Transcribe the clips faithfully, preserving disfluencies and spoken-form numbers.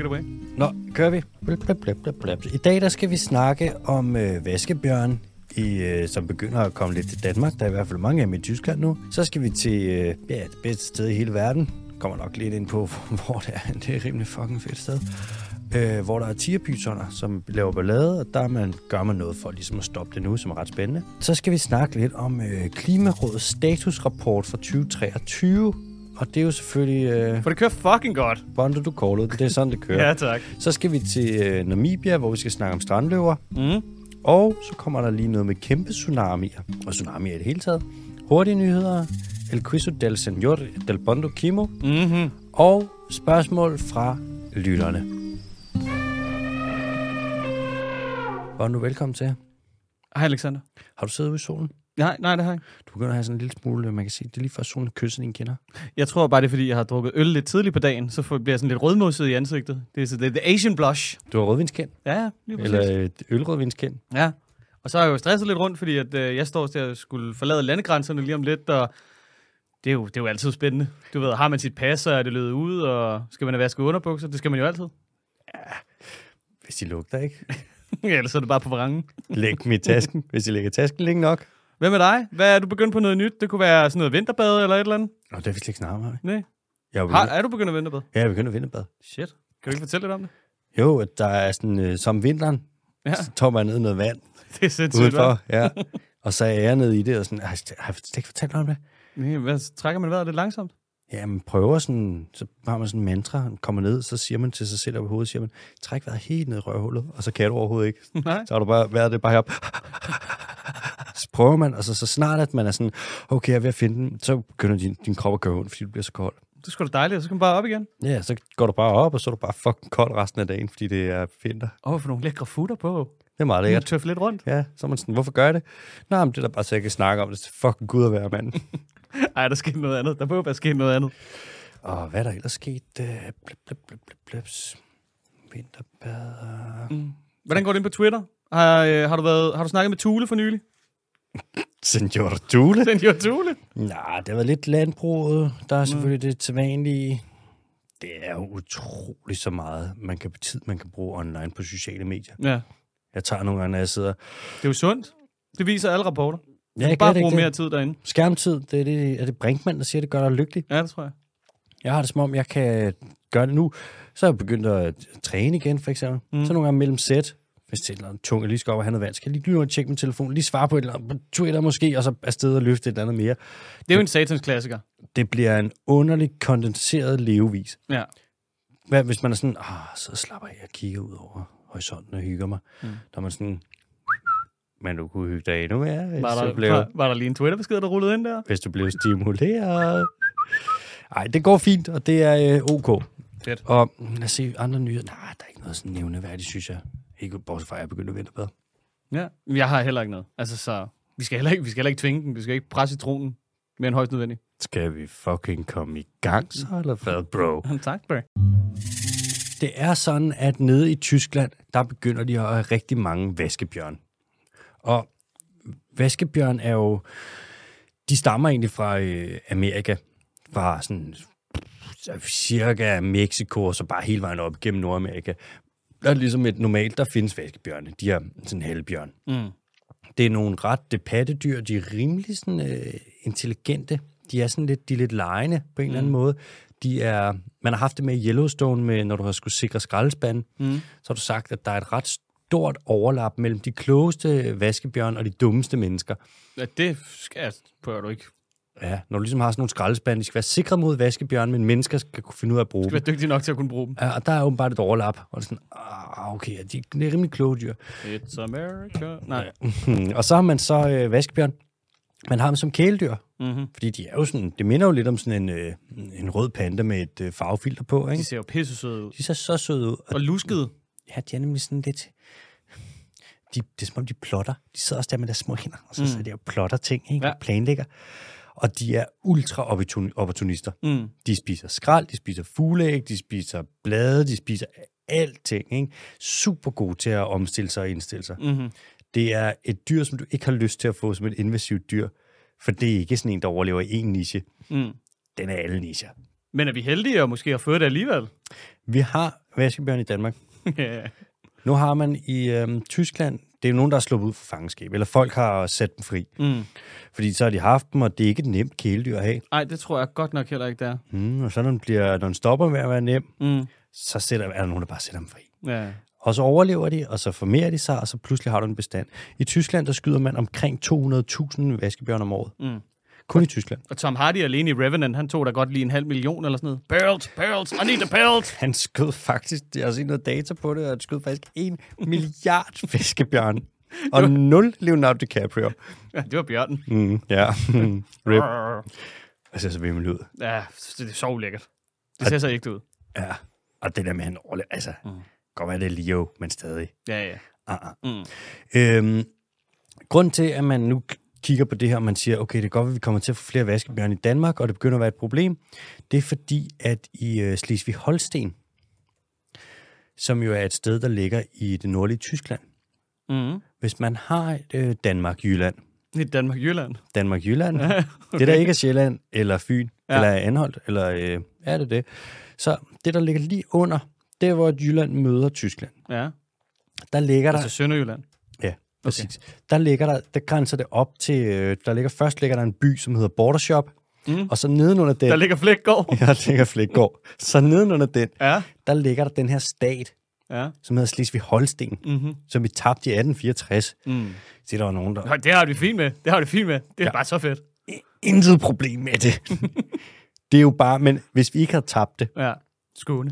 it away. Nå, kører vi. Blip, blip, blip, blip, blip. I dag der skal vi snakke om øh, vaskebjørn, i, øh, som begynder at komme lidt til Danmark. Der er i hvert fald mange af dem i Tyskland nu. Så skal vi til øh, ja, det bedste sted i hele verden. Kommer nok lidt ind på, hvor det er. Det er et rimelig fucking fedt sted. Øh, hvor der er tigerpysoner, som laver ballade, og der man, gør man noget for ligesom at stoppe det nu, som er ret spændende. Så skal vi snakke lidt om øh, Klimarådets statusrapport for tyve treogtyve. Og det er jo selvfølgelig... Øh, For det kører fucking godt. Bondo, du callede det. Det er sådan, det kører. Ja, tak. Så skal vi til øh, Namibia, hvor vi skal snakke om strandløver. Mm. Og så kommer der lige noget med kæmpe tsunamier. Og tsunamier i det hele taget. Hurtige nyheder. El quizo del señor del Bondo Kimo. Mm-hmm. Og spørgsmål fra lytterne. Bondo, velkommen til. Hej, Alexander. Har du siddet ude i solen? Nej, nej, det har jeg ikke. Du begynder at have sådan en lille smule, man kan sige, det er lige før solen kysser dine kinder. Jeg tror bare, det er, fordi jeg har drukket øl lidt tidligt på dagen, så bliver jeg sådan lidt rødmosset i ansigtet. Det er så det er the Asian blush. Du har rødvinskind? Ja, lige præcis. Eller et ølrødvinskind? Ja, og så har jeg jo stresset lidt rundt, fordi at, øh, jeg står til at skulle forlade landegrænserne lige om lidt, og det er jo, det er jo altid spændende. Du ved, har man sit pas, så er det løbet ud, og skal man have vasket underbukser? Det skal man jo altid. Ja, hvis de lugter, ikke? Ja, ellers så er det bare på vrangen. Læg dem i tasken, hvis de lægger tasken længe nok. Hvad med dig? Hvad er du begyndt på noget nyt? Det kunne være sådan noget vinterbad eller et eller andet? Nå, det er vist ikke snart, har Nej. Jeg er, Har, er du begyndt at vinterbad? Ja, jeg er begyndt at vinterbad. Shit. Kan du ikke fortælle lidt om det? Jo, at der er sådan, øh, som vinteren, Ja. så tager man ned i noget vand Det er sindssygt, udenfor. Ja. Og så er jeg nede i det, og sådan, har jeg, har jeg ikke fortalt dig om det? Nej, hvad, trækker man vejret lidt langsomt? Ja, man prøver sådan, så har man sådan en mantra, man kommer ned, så siger man til sig selv op i hovedet, siger man, træk vejret helt ned i røvhullet, og så kan du overhovedet ikke. Nej. Så har du bare været det bare heroppe. Så prøver man, og så, så snart at man er sådan, okay, jeg er ved at finde den, så begynder din, din krop at gøre ondt, fordi du bliver så kold. Det er sgu da dejligt, og så kan man bare op igen. Ja, så går du bare op, og så er du bare fucking kold resten af dagen, fordi det er vinter. Åh, oh, for nogle lækre futter på. Det er meget Jeg lækkert. tøffe lidt rundt. Ja, så er man sådan, hvorfor gør jeg det? Nej, men det er da bare så, jeg kan snakke om det. Det er fucking gud at være, mand. Ej, der skete noget andet. Der må være sket noget andet. Og hvad er der ellers sket? Uh, blip, blip, blip, blip, blips. Vinterbad. Mm. Hvordan går det ind på Twitter? Har, øh, har, du været, har du snakket med Thule for nylig? Senor Thule? Senior Thule? Nej, det var lidt landbruget. Der er selvfølgelig mm. det tilvanlige. Det er jo utroligt så meget, man kan, tid, man kan bruge online på sociale medier. Ja. Jeg tager nogle gange, når jeg sidder... Det er jo sundt. Det viser alle rapporter. Ja, jeg kan bare bruge mere tid derinde. Skærmtid, det er, det, er det Brinkmann, der siger, det gør dig lykkelig? Ja, det tror jeg. Jeg har det som om, jeg kan gøre det nu. Så er jeg begyndt at træne igen, for eksempel. Mm. Så nogle gange mellem sæt, hvis det er et eller andet tungt, jeg lige skal op og have noget vand, skal jeg lige lige tjekke min telefon, lige svare på et eller andet på Twitter måske, og så afsted og løfte et eller andet mere. Det er jo en satans klassiker. Det bliver en underlig kondenseret levevis. Ja. Hvad, hvis man er sådan, ah, så slapper jeg og kigger ud over horisonten og hygger mig. Mm. Der er man sådan, men du kunne hygge dig endnu mere. Var der, blev, var, var der lige en Twitter-besked, der rullede ind der? Hvis du blev stimuleret. Ej, det går fint, og det er øh, ok. Fedt. Og lad os se andre nyheder. Nej, der er ikke noget sådan nævneværdigt, synes jeg. Ikke bortset fra, at jeg begynder at vinterbade. Ja, jeg har heller ikke noget. Altså, så vi skal heller ikke, vi skal heller ikke tvinge den. Vi skal ikke presse citronen mere end højst nødvendigt. Skal vi fucking komme i gang så, eller hvad, bro? Tak, bro. Det er sådan, at nede i Tyskland, der begynder de at have rigtig mange vaskebjørn. Og vaskebjørn er jo... De stammer egentlig fra øh, Amerika. Fra sådan cirka Mexico, og så bare hele vejen op gennem Nordamerika. Der er ligesom et normalt, der findes vaskebjørne. De er sådan en halvbjørn. Mm. Det er nogle ret det pattedyr. De er rimelig sådan, øh, intelligente. De er sådan lidt, de er lidt legende på en mm. eller anden måde. De er, man har haft det med i Yellowstone, med, når du har skulle sikre skraldespanden. Mm. Så har du sagt, at der er et ret stort overlap mellem de klogeste vaskebjørn og de dummeste mennesker. Ja, det skal prøver du ikke. Ja, når du ligesom har sådan nogle skraldespande, de skal være sikre mod vaskebjørn, men mennesker skal kunne finde ud af at bruge dem. De skal være dygtige nok til at kunne bruge dem. Ja, og der er åbenbart et overlap. Og det er sådan, ah, okay, de, det er rimelig kloge dyr. It's America. Nej. Ja. Og så har man så øh, vaskebjørn. Man har dem som kæledyr. Mm-hmm. Fordi de er jo sådan, det minder jo lidt om sådan en, øh, en rød panda med et øh, farvefilter på, ikke? De ser jo pisse søde ud. De ser så søde ud. Og, og luskede. Ja, de er nemlig sådan lidt... De, det er som om, de plotter. De sidder også der med deres små hænder, og så, mm. så er de jo plotter ting, ikke? Ja. Planlægger. Og de er ultra-opportunister. Mm. De spiser skrald, de spiser fugleæg, de spiser blade, de spiser alting, ikke? Super gode til at omstille sig og indstille sig. Mm-hmm. Det er et dyr, som du ikke har lyst til at få som et invasivt dyr, for det er ikke sådan en, der overlever i én niche. Mm. Den er alle nicher. Men er vi heldige og måske har fået det alligevel? Vi har vaskebjørn i Danmark. Ja. Nu har man i øhm, Tyskland, det er jo nogen, der er sluppet ud fra fangenskab, eller folk har sat dem fri. Mm. Fordi så har de haft dem, og det er ikke et nemt kæledyr at have. Nej, det tror jeg godt nok heller ikke, der. Mm, og så når den, bliver, når den stopper med at være nem, Mm. så sætter, er der nogen, der bare sætter dem fri. Ja. Og så overlever de, og så formerer de sig, og så pludselig har du en bestand. I Tyskland, der skyder man omkring to hundrede tusind vaskebjørn om året. Mm. Kun i Tyskland. Og Tom Hardy alene i Revenant, han tog da godt lige en halv million eller sådan noget. Pearls, pearls, I need the pearls. Han skød faktisk, jeg har set noget data på det, og han skød faktisk en milliard vaskebjørn. Og nul Leonardo DiCaprio. Ja, det var bjørnen. Mm, ja. Rip. Det ser så vimmel ud. Ja, det er så ulækkert. Det ser så ikke ud. Ja. Og det der med, han overlever, altså, mm. godt være det er Leo, men stadig. Ja, ja. Uh-uh. Mm. Øhm, grund til, at man nu kigger på det her, og man siger, okay, det er godt, at vi kommer til at få flere vaskebjørn i Danmark, og det begynder at være et problem, det er fordi, at i øh, Slesvig-Holsten, som jo er et sted, der ligger i det nordlige Tyskland, mm. hvis man har øh, Danmark-Jylland, i Danmark-Jylland. Danmark-Jylland, ja, okay. Det der ikke er Sjælland, eller Fyn, ja. Eller Anholt, eller øh, er det det, så det, der ligger lige under, det er, hvor Jylland møder Tyskland. Ja. Der ligger der... Altså Sønderjylland? Ja, præcis. Okay. Der ligger der, der grænser det op til, øh, der ligger, først ligger der en by, som hedder Bordershop, mm. og så nedenunder den... Der ligger Flækgaard. Ja, der ligger Flækgaard. Så nedenunder den, ja. Der ligger der den her stat, ja. Som hedder Slesvig-Holsten, mm-hmm. som vi tabte i atten fireogtres. Mm. Så der var nogen, der... Nå, det har vi fint med. Det har vi fint med. Det er ja. Bare så fedt. Intet problem med det. Det er jo bare... Men hvis vi ikke havde tabt det... Ja. Skåne.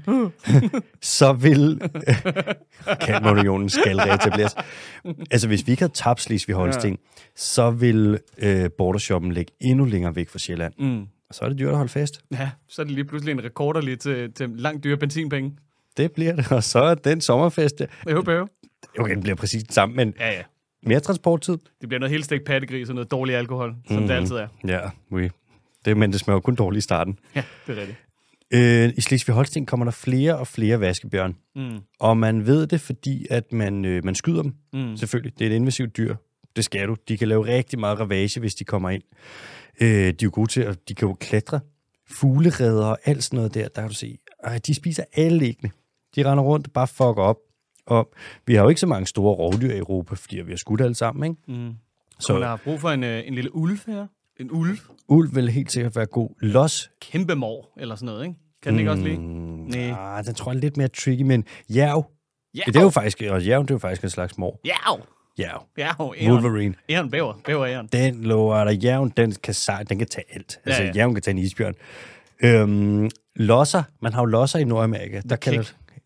så vil Kalmarunionen skal reetableres. Altså, hvis vi ikke havde tabt Slesvig-Holsten, ja. Så vil øh, bordershoppen ligge endnu længere væk fra Sjælland. Mm. Og så er det dyrt at holde fast. Ja, så er det lige pludselig en rekorder lige til, til langt dyre benzinpenge. Det bliver det, og så er den sommerfest... Øv, øv. Okay, den bliver præcis det samme, men ja, ja. Mere transporttid. Det bliver noget helt stegt pattegris og noget dårlig alkohol, som mm. det altid er. Ja, oui. det, men det smager kun dårligt i starten. Ja, det er rigtigt. Øh, I Slesvig-Holsten kommer der flere og flere vaskebjørn. Mm. Og man ved det, fordi at man, øh, man skyder dem. Mm. Selvfølgelig, det er et invasivt dyr. Det skal du. De kan lave rigtig meget ravage, hvis de kommer ind. Øh, de er jo gode til, at de kan jo klatre. Fugleredder og alt sådan noget der, der kan du se. Øh, de spiser alle æggene. De render rundt og bare fucker op. Og vi har jo ikke så mange store rovdyr i Europa, fordi vi har skudt alle sammen, ikke? Mm. Så man har brug for en, en lille ulv her. En ulv. Ulv vil helt sikkert være god. Los. Kæmpe mor, eller sådan noget, ikke? Kan den ikke også lide? Nej. Ah, den tror jeg er lidt mere tricky, men jærv. Ja, det er jo faktisk, og jærv, det er jo faktisk en slags mor. Jærv. Jærv. Jærv. Wolverine. Æren, bæver. Bæver æren. Den lover der. Jærven, den kan, den kan tage alt. Ja, altså, ja. Jærven kan tage en isbjørn. Øhm, losser. Man har jo losser i Nordamerika. Der kalder,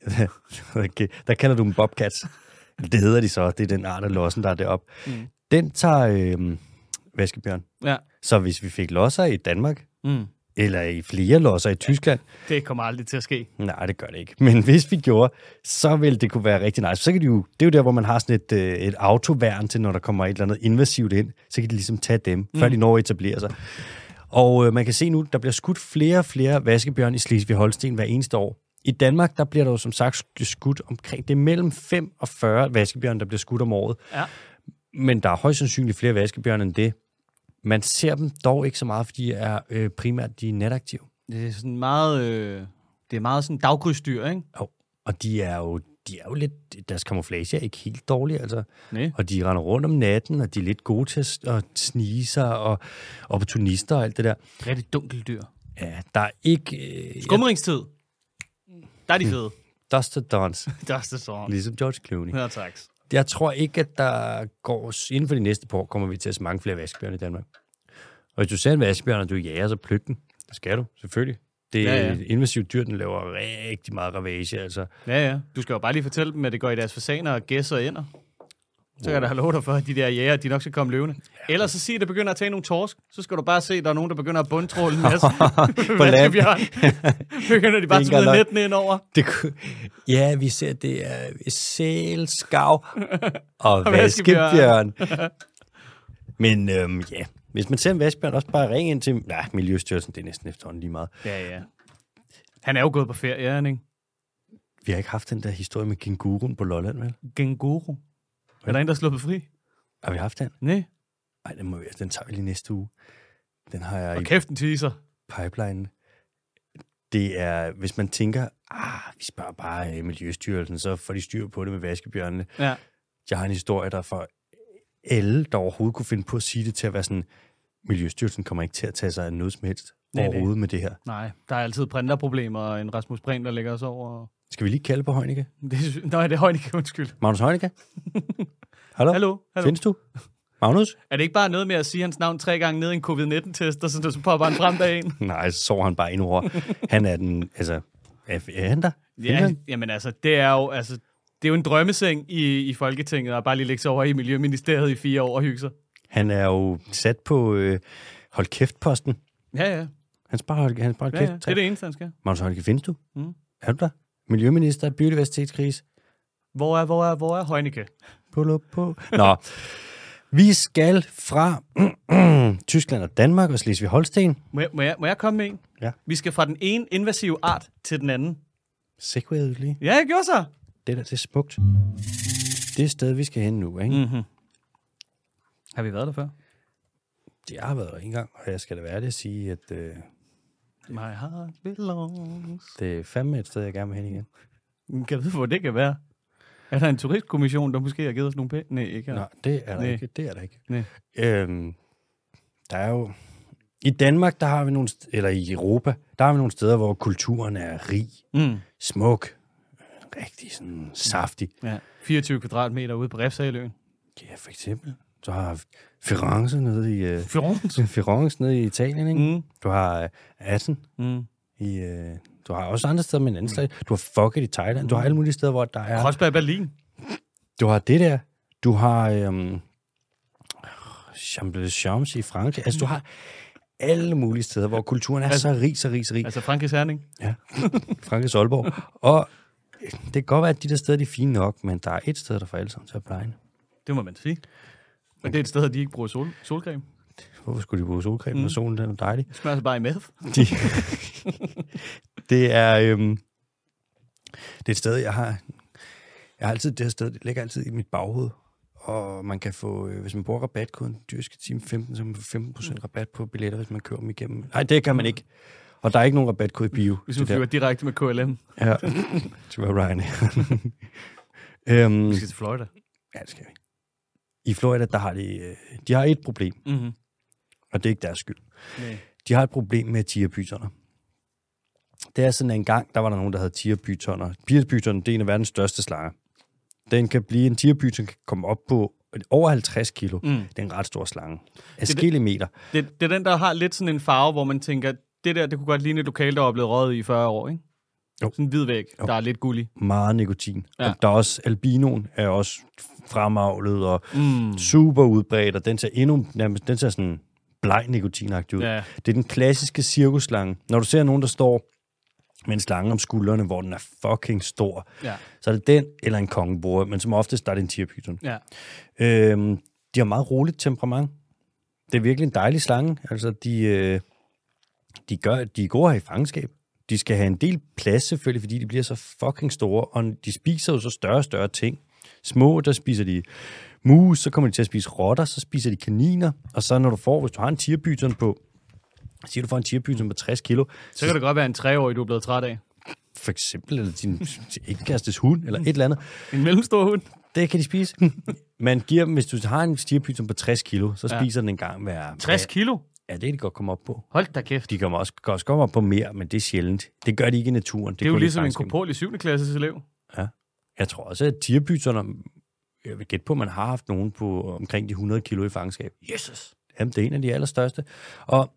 okay. der kalder du dem bobcats. Det hedder de så. Det er den art af lossen, der er deroppe. Mm. Den tager øhm, vaskebjørn. Ja. Så hvis vi fik losser i Danmark, mm. eller i flere losser i Tyskland... Det kommer aldrig til at ske. Nej, det gør det ikke. Men hvis vi gjorde, så ville det kunne være rigtig nice. Så kan de jo, det er jo der, hvor man har sådan et, et autoværn til, når der kommer et eller andet invasivt ind. Så kan de ligesom tage dem, mm. før de når at etablere sig. Og øh, man kan se nu, der bliver skudt flere og flere vaskebjørn i Slesvig-Holsten hver eneste år. I Danmark, der bliver der jo som sagt skudt omkring, det er mellem fem og fyrre vaskebjørn, der bliver skudt om året. Ja. Men der er højst sandsynligt flere vaskebjørn end det. Man ser dem dog ikke så meget, fordi de er øh, primært de er nataktive. Det er sådan meget, øh, det er meget sådan daggrydsdyr, ikke? Jo, og de er jo, de er jo lidt, deres camouflage er ikke helt dårlig, altså. Nej. Og de render rundt om natten, og de er lidt gode til at, at snige sig, og opportunister og alt det der. Rigtig dunkeldyr. Ja, der er ikke... Øh, Skumringstid. Der er de fede. Duster Dons. Duster Dons. Ligesom George Clooney. Ja, tak. Jeg tror ikke, at der går... Inden for de næste par år kommer vi til at se mange flere vaskebjørn i Danmark. Og hvis du ser en vaskebjørn, og du jager, så pluk den. Det skal du, selvfølgelig. Det er ja, ja. et invasivt dyr, den laver rigtig meget ravage, altså. Ja, ja. Du skal jo bare lige fortælle dem, at det går i deres fasaner og gæsser og ender. Så kan jeg da have lov dig for, at de der jæger, de nok skal komme løvende. Ja. Ellers så sig, at det begynder at tage nogle torsk. Så skal du bare se, at der er nogen, der begynder at bundtråle en masse vaskebjørn. Begynder de bare at smide netten ind over. Det, ja, vi ser, det er sæl, skav og vaskebjørn. Men øhm, ja, hvis man ser en vaskebjørn, også bare ringe ind til... Nej, Miljøstyrelsen, det er næsten efterhånden lige meget. Ja, ja. Han er jo gået på ferie, ja, ikke? Vi har ikke haft den der historie med kænguruen på Lolland, vel? Kænguru? Er der en, der er sluppet fri? Har vi haft den? Nej. Nej, den, må vi, den tager vi lige næste uge. Den har jeg og i kæft en teaser. pipeline. det er, hvis man tænker, ah, vi spørger bare uh, Miljøstyrelsen, så får de styr på det med vaskebjørnene. Ja. Jeg har en historie, der for alle, der overhovedet kunne finde på at sige det til at være sådan, Miljøstyrelsen kommer ikke til at tage sig af noget som helst Nej, overhovedet det. med det her. Nej, der er altid printerproblemer, og en Rasmus Prehn, der ligger os over. Skal vi lige kalde på Heunicke? Det, nej, det er Heunicke, undskyld. Magnus Heunicke? Hallo? Hallo? Hallo? Findes du? Magnus? Er det ikke bare noget med at sige hans navn tre gange ned i en covid nitten-test, og så, så popper han frem bag en? Nej, så sover han bare endnu over. Han er den, altså, er, er han der? Ja, han? Jamen altså, det er jo, altså, det er jo en drømmeseng i, i Folketinget, og bare lige lægge sig over i Miljøministeriet i fire år og hygge sig. Han er jo sat på øh, hold kæft-posten. Ja, ja. Han sparer hold, han sparer ja, kæft. ja. Det er det eneste, han skal. Magnus Heunicke, findes du? Mm. Er du der? Miljøminister, biodiversitetskrise. Hvor er, hvor er, hvor er Heunicke? Pull up på. Nå, vi skal fra Tyskland og Danmark og Slesvig-Holsten. Må jeg, må, jeg, må jeg komme med en? Ja. Vi skal fra den ene invasive art til den anden. Segway lige. Ja, jeg gjorde så. Det der, det er smukt. Det er sted, vi skal hen nu, ikke? Mm-hmm. Har vi været der før? Jeg har været der en gang, og jeg skal da være det at sige, at øh, My heart belongs. det er fandme et sted, jeg gerne vil hen igen. Kan jeg vide, hvor det kan være? Er der en turistkommission, der måske har givet os nogle penge? Nej, ikke. Nej, det er der Nej. ikke. Det er der ikke. Nej. Øhm, der er jo... I Danmark, der har vi nogle... St- eller i Europa, der har vi nogle steder, hvor kulturen er rig, Mm. smuk, rigtig sådan saftig. Ja. fireogtyve kvadratmeter ude på Refshaløen. Ja, for eksempel. Du har Firenze nede i... Øh, Firenze. Firenze nede i Italien, ikke? Mm. Du har øh, Assen Mm. i... Øh, du har også andre steder med en anden slag. Du har Phuket i Thailand. Du har alle mulige steder, hvor der er... Kreuzberg i Berlin. Du har det der. Du har... Øhm, Champs-Élysées i Frankrig. Altså, du har alle mulige steder, hvor kulturen er Altså- så rig, så rig, så rig. Altså Frankrigs Herning. Ja, Frankrigs Aalborg. Og det kan godt være, at de der steder de er fine nok, men der er et sted, der får alle sammen til at pleje. Det må man sige. Men det er et sted, de ikke bruger sol, solcreme. Hvorfor skulle de bruge solcreme, når solen den er dejlig? Det smager sig bare i meth. De, det er øhm, det er et sted, jeg har... Jeg har altid det her sted, det ligger altid i mit baghoved. Og man kan få, øh, hvis man bruger rabatkoden dyrske time femten, så kan man få femten procent rabat på billetter, hvis man kører dem igennem. Nej, det kan man ikke. Og der er ikke nogen rabatkode i bio. Hvis du flyver direkte med K L M. Ja, det var Ryanair. øhm, Vi skal til Florida. ja, det skal vi. I Florida, der har de, øh, de har et problem, Mm-hmm. og det er ikke deres skyld. Nej. De har et problem med tigerpytoner. Det er sådan, at en gang, der var der nogen, der havde tigerpytoner. Tigerpytoner, det er en af verdens største slanger. Den kan blive, en tigerpyton kan komme op på over halvtreds kilo. Mm. Det er en ret stor slange. Adskillige meter. Det, det er den, der har lidt sådan en farve, hvor man tænker, det der, det kunne godt ligne et lokal, der var blevet røget i fyrre år, ikke? Jo. Sådan en hvid væg, Jo. der er lidt gullig. Meget nikotin. Ja. Og der er også albinoen, er også fremavlet og Mm. super udbredt, og den ser endnu, nærmest, den ser sådan bleg nikotinagtig ud. Ja. Det er den klassiske cirkusslange. Når du ser nogen, der står med en slange om skuldrene, hvor den er fucking stor, Ja. så er det den eller en kongebore, men som oftest der er det en tigerpyton. Ja. Øhm, de har meget roligt temperament. Det er virkelig en dejlig slange. Altså, de, øh, de, gør, de er gode her i fangenskab. De skal have en del plads selvfølgelig, fordi de bliver så fucking store, og de spiser jo så større og større ting. Små, der spiser de mus, så kommer de til at spise rotter, så spiser de kaniner, og så når du får, hvis du har en tigerpyton på, siger du får en tigerpyton på tres kilo, Så kan det godt være en treårig, du er blevet træt af. for eksempel, eller din ikke-kastes hund, eller et eller andet, En mellemstor hund. det kan de spise. Man giver dem, hvis du har en tigerpyton på tres kilo, så Ja. spiser den en gang hver... tres kilo? Ja, det kan de godt komme op på. Hold da kæft. De kommer også, kan også komme op på mere, men det er sjældent. Det gør de ikke i naturen. Det er jo kun i ligesom en fangenskab. kopol i syvende klasses elev. Ja. Jeg tror også, at tigerpytoner, jeg vil gætte på, at man har haft nogen på omkring de hundrede kilo i fangenskab. Jesus. Jamen, det er en af de allerstørste. Og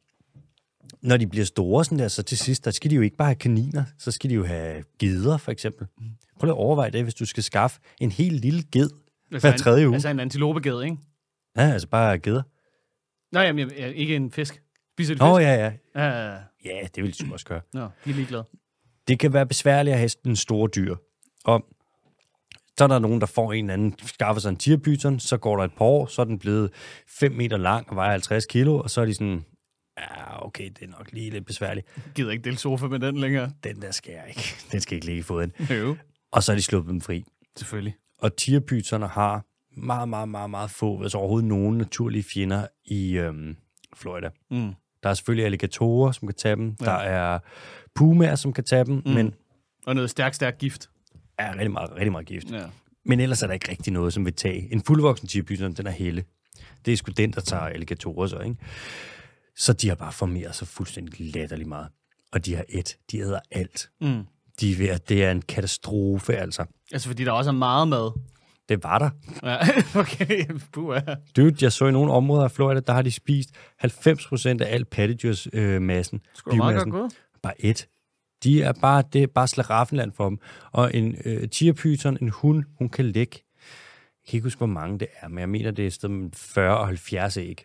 når de bliver store sådan der, så til sidst, der skal de jo ikke bare have kaniner, så skal de jo have geder, for eksempel. Prøv lige at overveje det, hvis du skal skaffe en helt lille ged hver tredje uge. Altså en antilopeged, ikke? Ja, altså bare geder. Nej, jamen, jeg- ikke en fisk. Spiser de Åh, fisk? oh, ja, ja. Ja. Ja, det vil de sgu også gøre. Nå, de er ligeglade. Det kan være besværligt at have en store dyr. Og så er der nogen, der får en eller anden, skaffer sig en tigerpyton, så går der et par år, så er den blevet fem meter lang og vejer halvtreds kilo, og så er de sådan, ja, okay, det er nok lige lidt besværligt. Jeg gider ikke dele sofa med den længere. Den der skal jeg ikke. Den skal ikke ligge i foden. Jo. Og så er de sluppet dem fri. Selvfølgelig. Og tigerpytoner har meget, meget, meget, meget få, hvis overhovedet nogen naturlige fjender i øhm, Florida. Mm. Der er selvfølgelig alligatorer, som kan tage dem. Ja. Der er pumaer, som kan tage dem, mm. men Og noget stærk, stærk gift. er rigtig meget, rigtig meget gift. Ja. Men ellers er der ikke rigtig noget, som vil tage. En fuldvoksen tigerpyton, den er helle. Det er sgu den, der tager alligatorer så, ikke? Så de har bare formeret sig fuldstændig latterligt meget. Og de har et. De æder alt. Mm. De er ved, at det er en katastrofe, altså. Altså, fordi der også er meget mad. Det var der. Ja, okay. Puh, ja. Dude, jeg så i nogle områder af Florida, der har de spist halvfems procent af al pattedyrsmassen. Skulle du meget godt gået? Bare et. De er bare, det er bare slaraffenland for dem. Og en øh, tigerpyton, en hund, hun kan lægge. Jeg kan ikke huske, hvor mange det er, men jeg mener, det er et sted mellem fyrre og halvfjerds æg.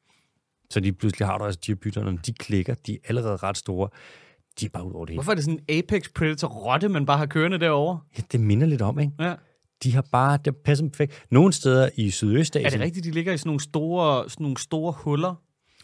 Så de pludselig har du altså tigerpytonerne. De klikker, de er allerede ret store. De er bare ud over det hele. Hvorfor er det sådan en apex predator rotte, man bare har kørende derovre? Ja, det minder lidt om, ikke? Ja. De har bare, det passer perfekt. Nogle steder i Sydøstasien. Er det rigtigt, de ligger i sådan nogle store, sådan nogle store huller?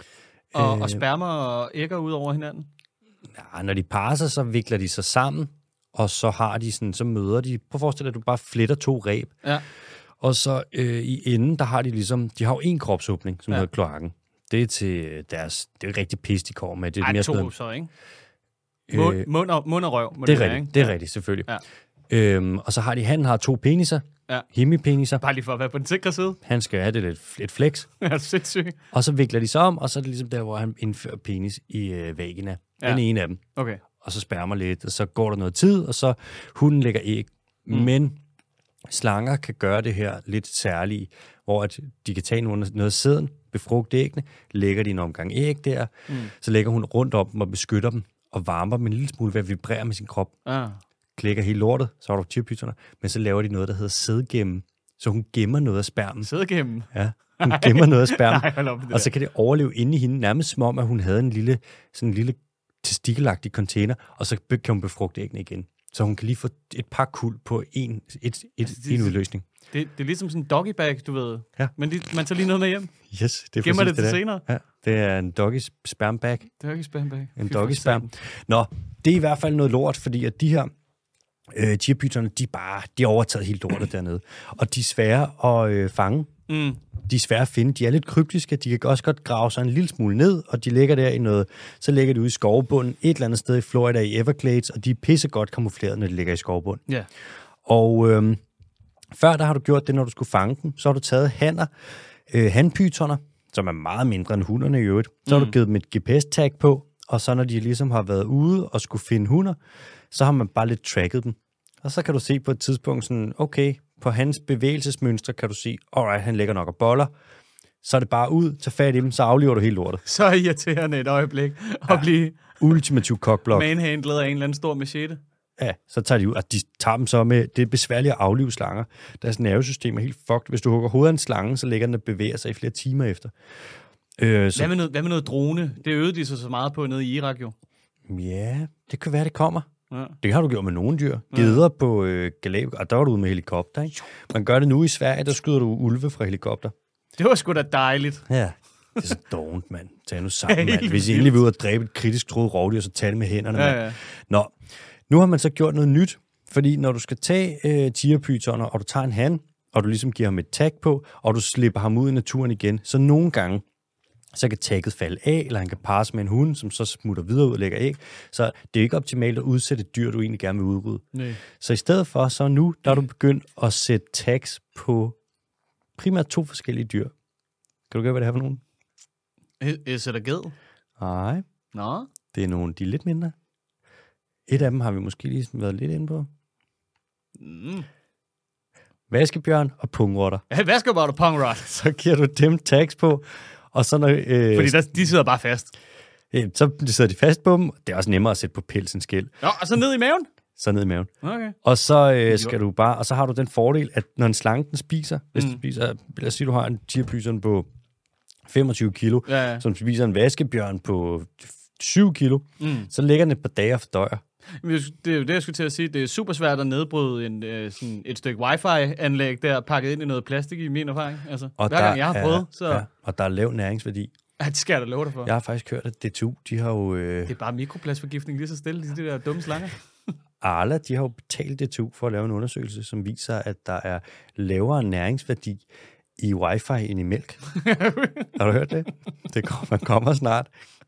Og, øh... og spermer og ægger ud over hinanden? Ja, når de parer sig, så vikler de sig sammen, og så har de sådan, så møder de, prøv at forestille dig, at du bare fletter to reb. Ja. Og så øh, i enden, der har de ligesom, de har jo en kropsåbning, som ja. hedder kloakken. Det er til deres, det er jo rigtig pis, de kommer med. Det er Ej, mere to sådan, så, ikke? Mund, øh, mund, og, mund og røv. Det er rigtigt, det er rigtigt, selvfølgelig. Ja. Øhm, og så har de, han har to peniser, ja. hemipeniser. Bare lige for at være på den sikre side. Han skal have det lidt, lidt flex. Ja, sindssygt. Og så vikler de sig om, og så er det ligesom der, hvor han indfører penis i øh, vagina. Ja. Den ene af dem. Okay. Og så spærmer lidt, og så går der noget tid, og så hunden lægger æg. Mm. Men slanger kan gøre det her lidt særligt, hvor at de kan tage noget, noget af sæden, befrugte æggene, lægger de en omgang æg der, mm. så lægger hun rundt om dem og beskytter dem, og varmer dem en lille smule ved at vibrere med sin krop. Ah. Klikker helt lortet, så har du tigerpytoner, men så laver de noget, der hedder sædgemme. Så hun gemmer noget af spermen. Sædgemme? Ja, hun gemmer noget af spermen. Nej, hold op det og så kan det overleve inde i hende, nærmest som om, at hun havde en lille, sådan en lille testikelagtig container, og så kan hun befrugte æggene igen. Så hun kan lige få et par kuld på en, et, et, altså, det, en udløsning. Det, det er ligesom sådan en doggy bag, du ved. Ja. Men de, man tager lige noget med hjem. Yes, det er Gemmer det det til senere. Ja, det er en doggy sperm bag. Doggy sperm bag. En doggy sperm. Nå, det er i hvert fald noget lort, fordi at de her øh, tigerpytonerne, de, bare, de har overtaget helt lortet dernede. Og de er svære at øh, fange. Mm. De er svære at finde. De er lidt kryptiske. De kan også godt grave sig en lille smule ned, og de ligger der i noget, så ligger de ude i skovbunden et eller andet sted i Florida i Everglades, og de er pissegodt kamufleret, når de ligger i skovbunden. Yeah. Og øh, før der har du gjort det, når du skulle fange dem, så har du taget hanner, øh, hanpytoner, som er meget mindre end hunderne i øvrigt. Så mm. har du givet dem et G P S-tag på, og så når de ligesom har været ude og skulle finde hunder, så har man bare lidt tracket dem. Og så kan du se på et tidspunkt sådan, okay, på hans bevægelsesmønstre kan du se, alright, han ligger nok og boller. Så er det bare ud, tag fat i dem, så aflever du helt lortet. Så irriterende et øjeblik at ja. blive ultimativ cockblock. Manhandlet af en eller anden stor machete. Ja, så tager de ud, og de tager dem så med, det er besværligt at aflive slanger. Deres nervesystem er helt fucked. Hvis du hugger hovedet af en slange, så ligger den og bevæger sig i flere timer efter. Øh, så... hvad, med noget, hvad med noget drone? Det øvede de så så meget på nede i Irak jo. Ja, det kan være, det kommer. Ja. Det har du gjort med nogle dyr. Geder ja. på øh, Galapagos, og der var du ude med helikopter, ikke? Man gør det nu i Sverige, der skyder du ulve fra helikopter. Det var sgu da dejligt. Ja, det er så dovent, mand. Tag nu sammen, mand. Hvis I egentlig vil ud og dræbe et kritisk troet rovdyr, så tag det med hænderne, ja, mand. Ja. Nå, nu har man så gjort noget nyt, fordi når du skal tage øh, tigerpytoner, og du tager en han, og du ligesom giver ham et tag på, og du slipper ham ud i naturen igen, så nogle gange, så kan tagget falde af, eller han kan parres med en hund, som så smutter videre ud og lægger æg. Så det er ikke optimalt at udsætte et dyr, du egentlig gerne vil udrydde. Nej. Så i stedet for, så nu, der er du begyndt at sætte tags på primært to forskellige dyr. Kan du gøre, hvad det er for nogen? Jeg sætter ged. Nej. Nå. Det er nogle, de er lidt mindre. Et af dem har vi måske lige været lidt inde på. Mm. Vaskebjørn og pungrotter. Ja, vaskebjørn og pungrot. Så giver du dem tags på, og så når... Øh, Fordi der, de sidder bare fast. Øh, så sidder de fast på dem. Det er også nemmere at sætte på pelsen skæld. Nå, og så ned i maven? Så ned i maven. Okay. Og så øh, skal du bare... Og så har du den fordel, at når en slange den spiser, hvis mm. du spiser... Lad os sige, du har en tigerpyton på femogtyve kilo, ja, ja. Som spiser en vaskebjørn på syv kilo, mm. så ligger den et par dage og fordøjer. Det er jo det, jeg skulle til at sige. Det er super svært at nedbryde en, øh, sådan et stykke wifi-anlæg der, pakket ind i noget plastik i min erfaring. Altså, og hver gang jeg har er, prøvet, så... Ja, og der er lav næringsværdi. Ja, det skal jeg da love dig for. Jeg har faktisk hørt, at D to, de har jo... Øh... Det er bare mikroplastforgiftning lige så stille, de, de der dumme slanger. Arla, de har jo betalt D to for at lave en undersøgelse, som viser, at der er lavere næringsværdi i wifi end i mælk. Har du hørt det? Det kommer, kommer snart.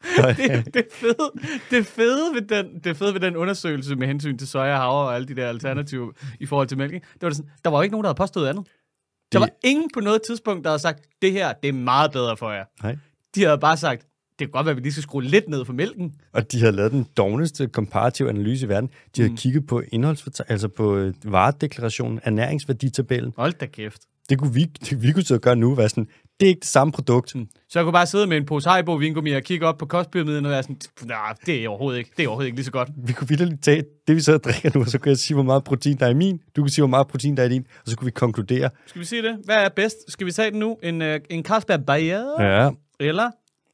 det, det, fede, det, fede ved den, det fede ved den undersøgelse med hensyn til soja, havre og alle de der alternativer i forhold til mælk, det var det sådan, der var jo ikke nogen, der havde påstået andet. Der var ingen på noget tidspunkt, der havde sagt, det her, det er meget bedre for jer. Nej. De havde bare sagt, det kan godt være, at vi lige skal skrue lidt ned for mælken. Og de har lavet den dogneste komparative analyse i verden. De har mm. kigget på indholdsfortegnelsen, altså på varedeklarationen, ernæringsværditabellen. Hold da kæft. Det kunne vi, det, vi kunne så gøre nu, være sådan, det er ikke det samme produkt. Mm. Så jeg kunne bare sidde med en pose Haribo vingummi og kigge op på kostpyramiden og være sådan, nej, det er overhovedet ikke, det er overhovedet ikke lige så godt. Vi kunne vildt tage det, vi så drikker nu, og så kunne jeg sige, hvor meget protein der er i min. Du kan sige, hvor meget protein der er i din, og så kunne vi konkludere. Skal vi sige det? Hvad er bedst? Skal vi tage den nu? En, uh, en Carlsberg Bayer? Ja. Eller?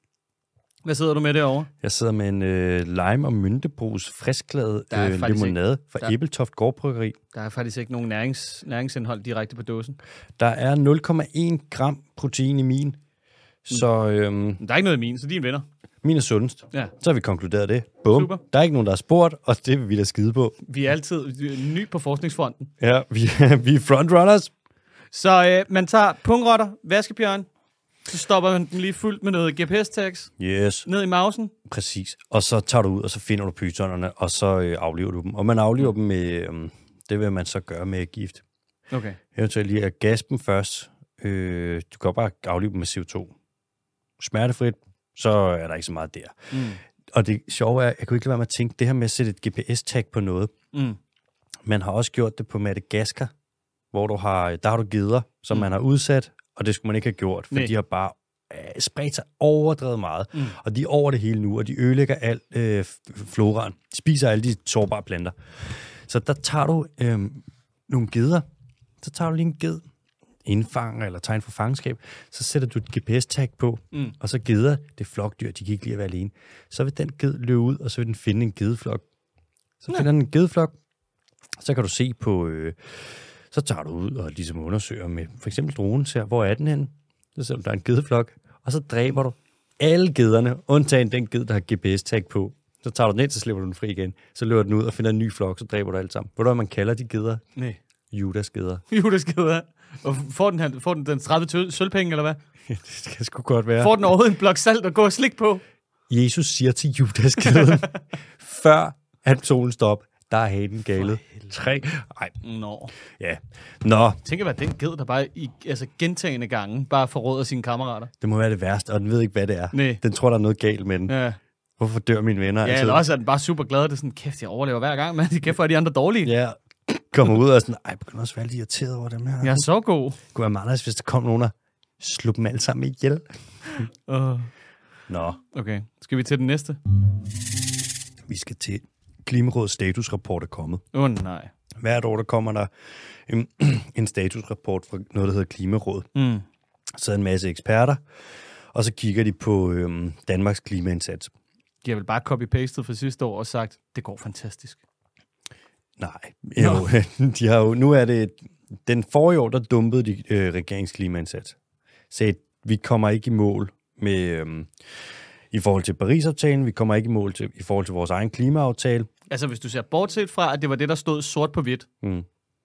Hvad sidder du med derovre? Jeg sidder med en øh, lime- og myntebrus friskladet øh, limonade fra der... Ebeltoft Gårdbryggeri. Der er faktisk ikke nogen nærings, næringsindhold direkte på dåsen. Der er nul komma en gram protein i min. Mm. Så, øhm, der er ikke noget i min, så din vinder. Min er sundest. Ja. Så har vi konkluderet det. Bum. Super. Der er ikke nogen, der har spurgt, og det vil vi da skide på. Vi er altid ny på forskningsfronten. Ja, vi, vi er frontrunners. Så øh, man tager pungrotter, vaskebjørn, så stopper man den lige fuldt med noget G P S-tags. Yes. Ned i mausen. Præcis. Og så tager du ud, og så finder du pytonerne, og så øh, aflever du dem. Og man aflever mm. dem med, øh, det vil man så gøre med gift. Okay. Eventuelt lige at gas dem først. Øh, du kan bare afleve dem med C O to. Smertefrit, så er der ikke så meget der. Mm. Og det sjove er, jeg kunne ikke lade være med at tænke, det her med at sætte et G P S-tag på noget. Mm. Man har også gjort det på Madagaskar, hvor du har, der har du geder, som mm. man har udsat, og det skulle man ikke have gjort, for Nej. de har bare øh, spredt sig overdrevet meget. Mm. Og de er over det hele nu, og de ødelægger alt øh, floraen. De spiser alle de sårbare planter. Så der tager du øh, nogle geder. Så tager du lige en ged, indfanger eller tegn for fangenskab. Så sætter du et G P S-tag på, mm. og så geder det flokdyr. De kan ikke lide at være alene. Så vil den ged løbe ud, og så vil den finde en gedeflok. Så finder den en gedeflok. Så kan du se på... Øh, Så tager du ud og ligesom undersøger med for eksempel dronen, ser, hvor er den henne? Så ser du, der er en gedeflok, og så dræber du alle gederne, undtagen den ged, der har G P S-tag på. Så tager du den ind, så slipper du den fri igen. Så løber den ud og finder en ny flok, så dræber du alt sammen. Ved du, hvad man kalder de geder? Nej. Judas-geder. Judas-geder. Og får den, her, får den den tredive sølvpenge, eller hvad? Det skal sgu godt være. Får den overhovedet en blok salt og gå og slik på? Jesus siger til Judas-geden, før at solen stopper, der er haten galet. Tre. Ej. Nå. Ja. Nå. Tænk at være den ged, der bare i altså gentagende gange bare forråder sine kammerater. Det må være det værste, og den ved ikke, hvad det er. Nej. Den tror, der er noget galt med den. Ja. Hvorfor dør mine venner? Ja, altså? Eller også er den bare super glad. Det er sådan, kæft, jeg overlever hver gang, men de kæft, hvor er de andre dårlige. Ja. Kommer ud og sådan, ej, begynder også at være lidt irriteret over dem her. Jeg er så god. Det kunne være meget, hvis der kom nogen, der slog dem alle sammen ihjel. uh. Nå. Okay, skal vi til den næste? Vi skal til Klimarådets statusrapport er kommet. Åh oh, nej. Hvert år, der kommer der en, en statusrapport fra noget, der hedder Klimarådet. Mm. Så er en masse eksperter, og så kigger de på øhm, Danmarks klimaindsats. De har vel bare copy-pastet fra sidste år og sagt, det går fantastisk. Nej, jo, de har jo, nu er det, den forrige år, der dumpede de øh, regerings klimaindsats. Sagde, vi kommer ikke i mål med, øhm, i forhold til Paris-aftalen, vi kommer ikke i mål til, i forhold til vores egen klimaaftale. Altså, hvis du ser bortset fra, at det var det, der stod sort på hvidt, mm.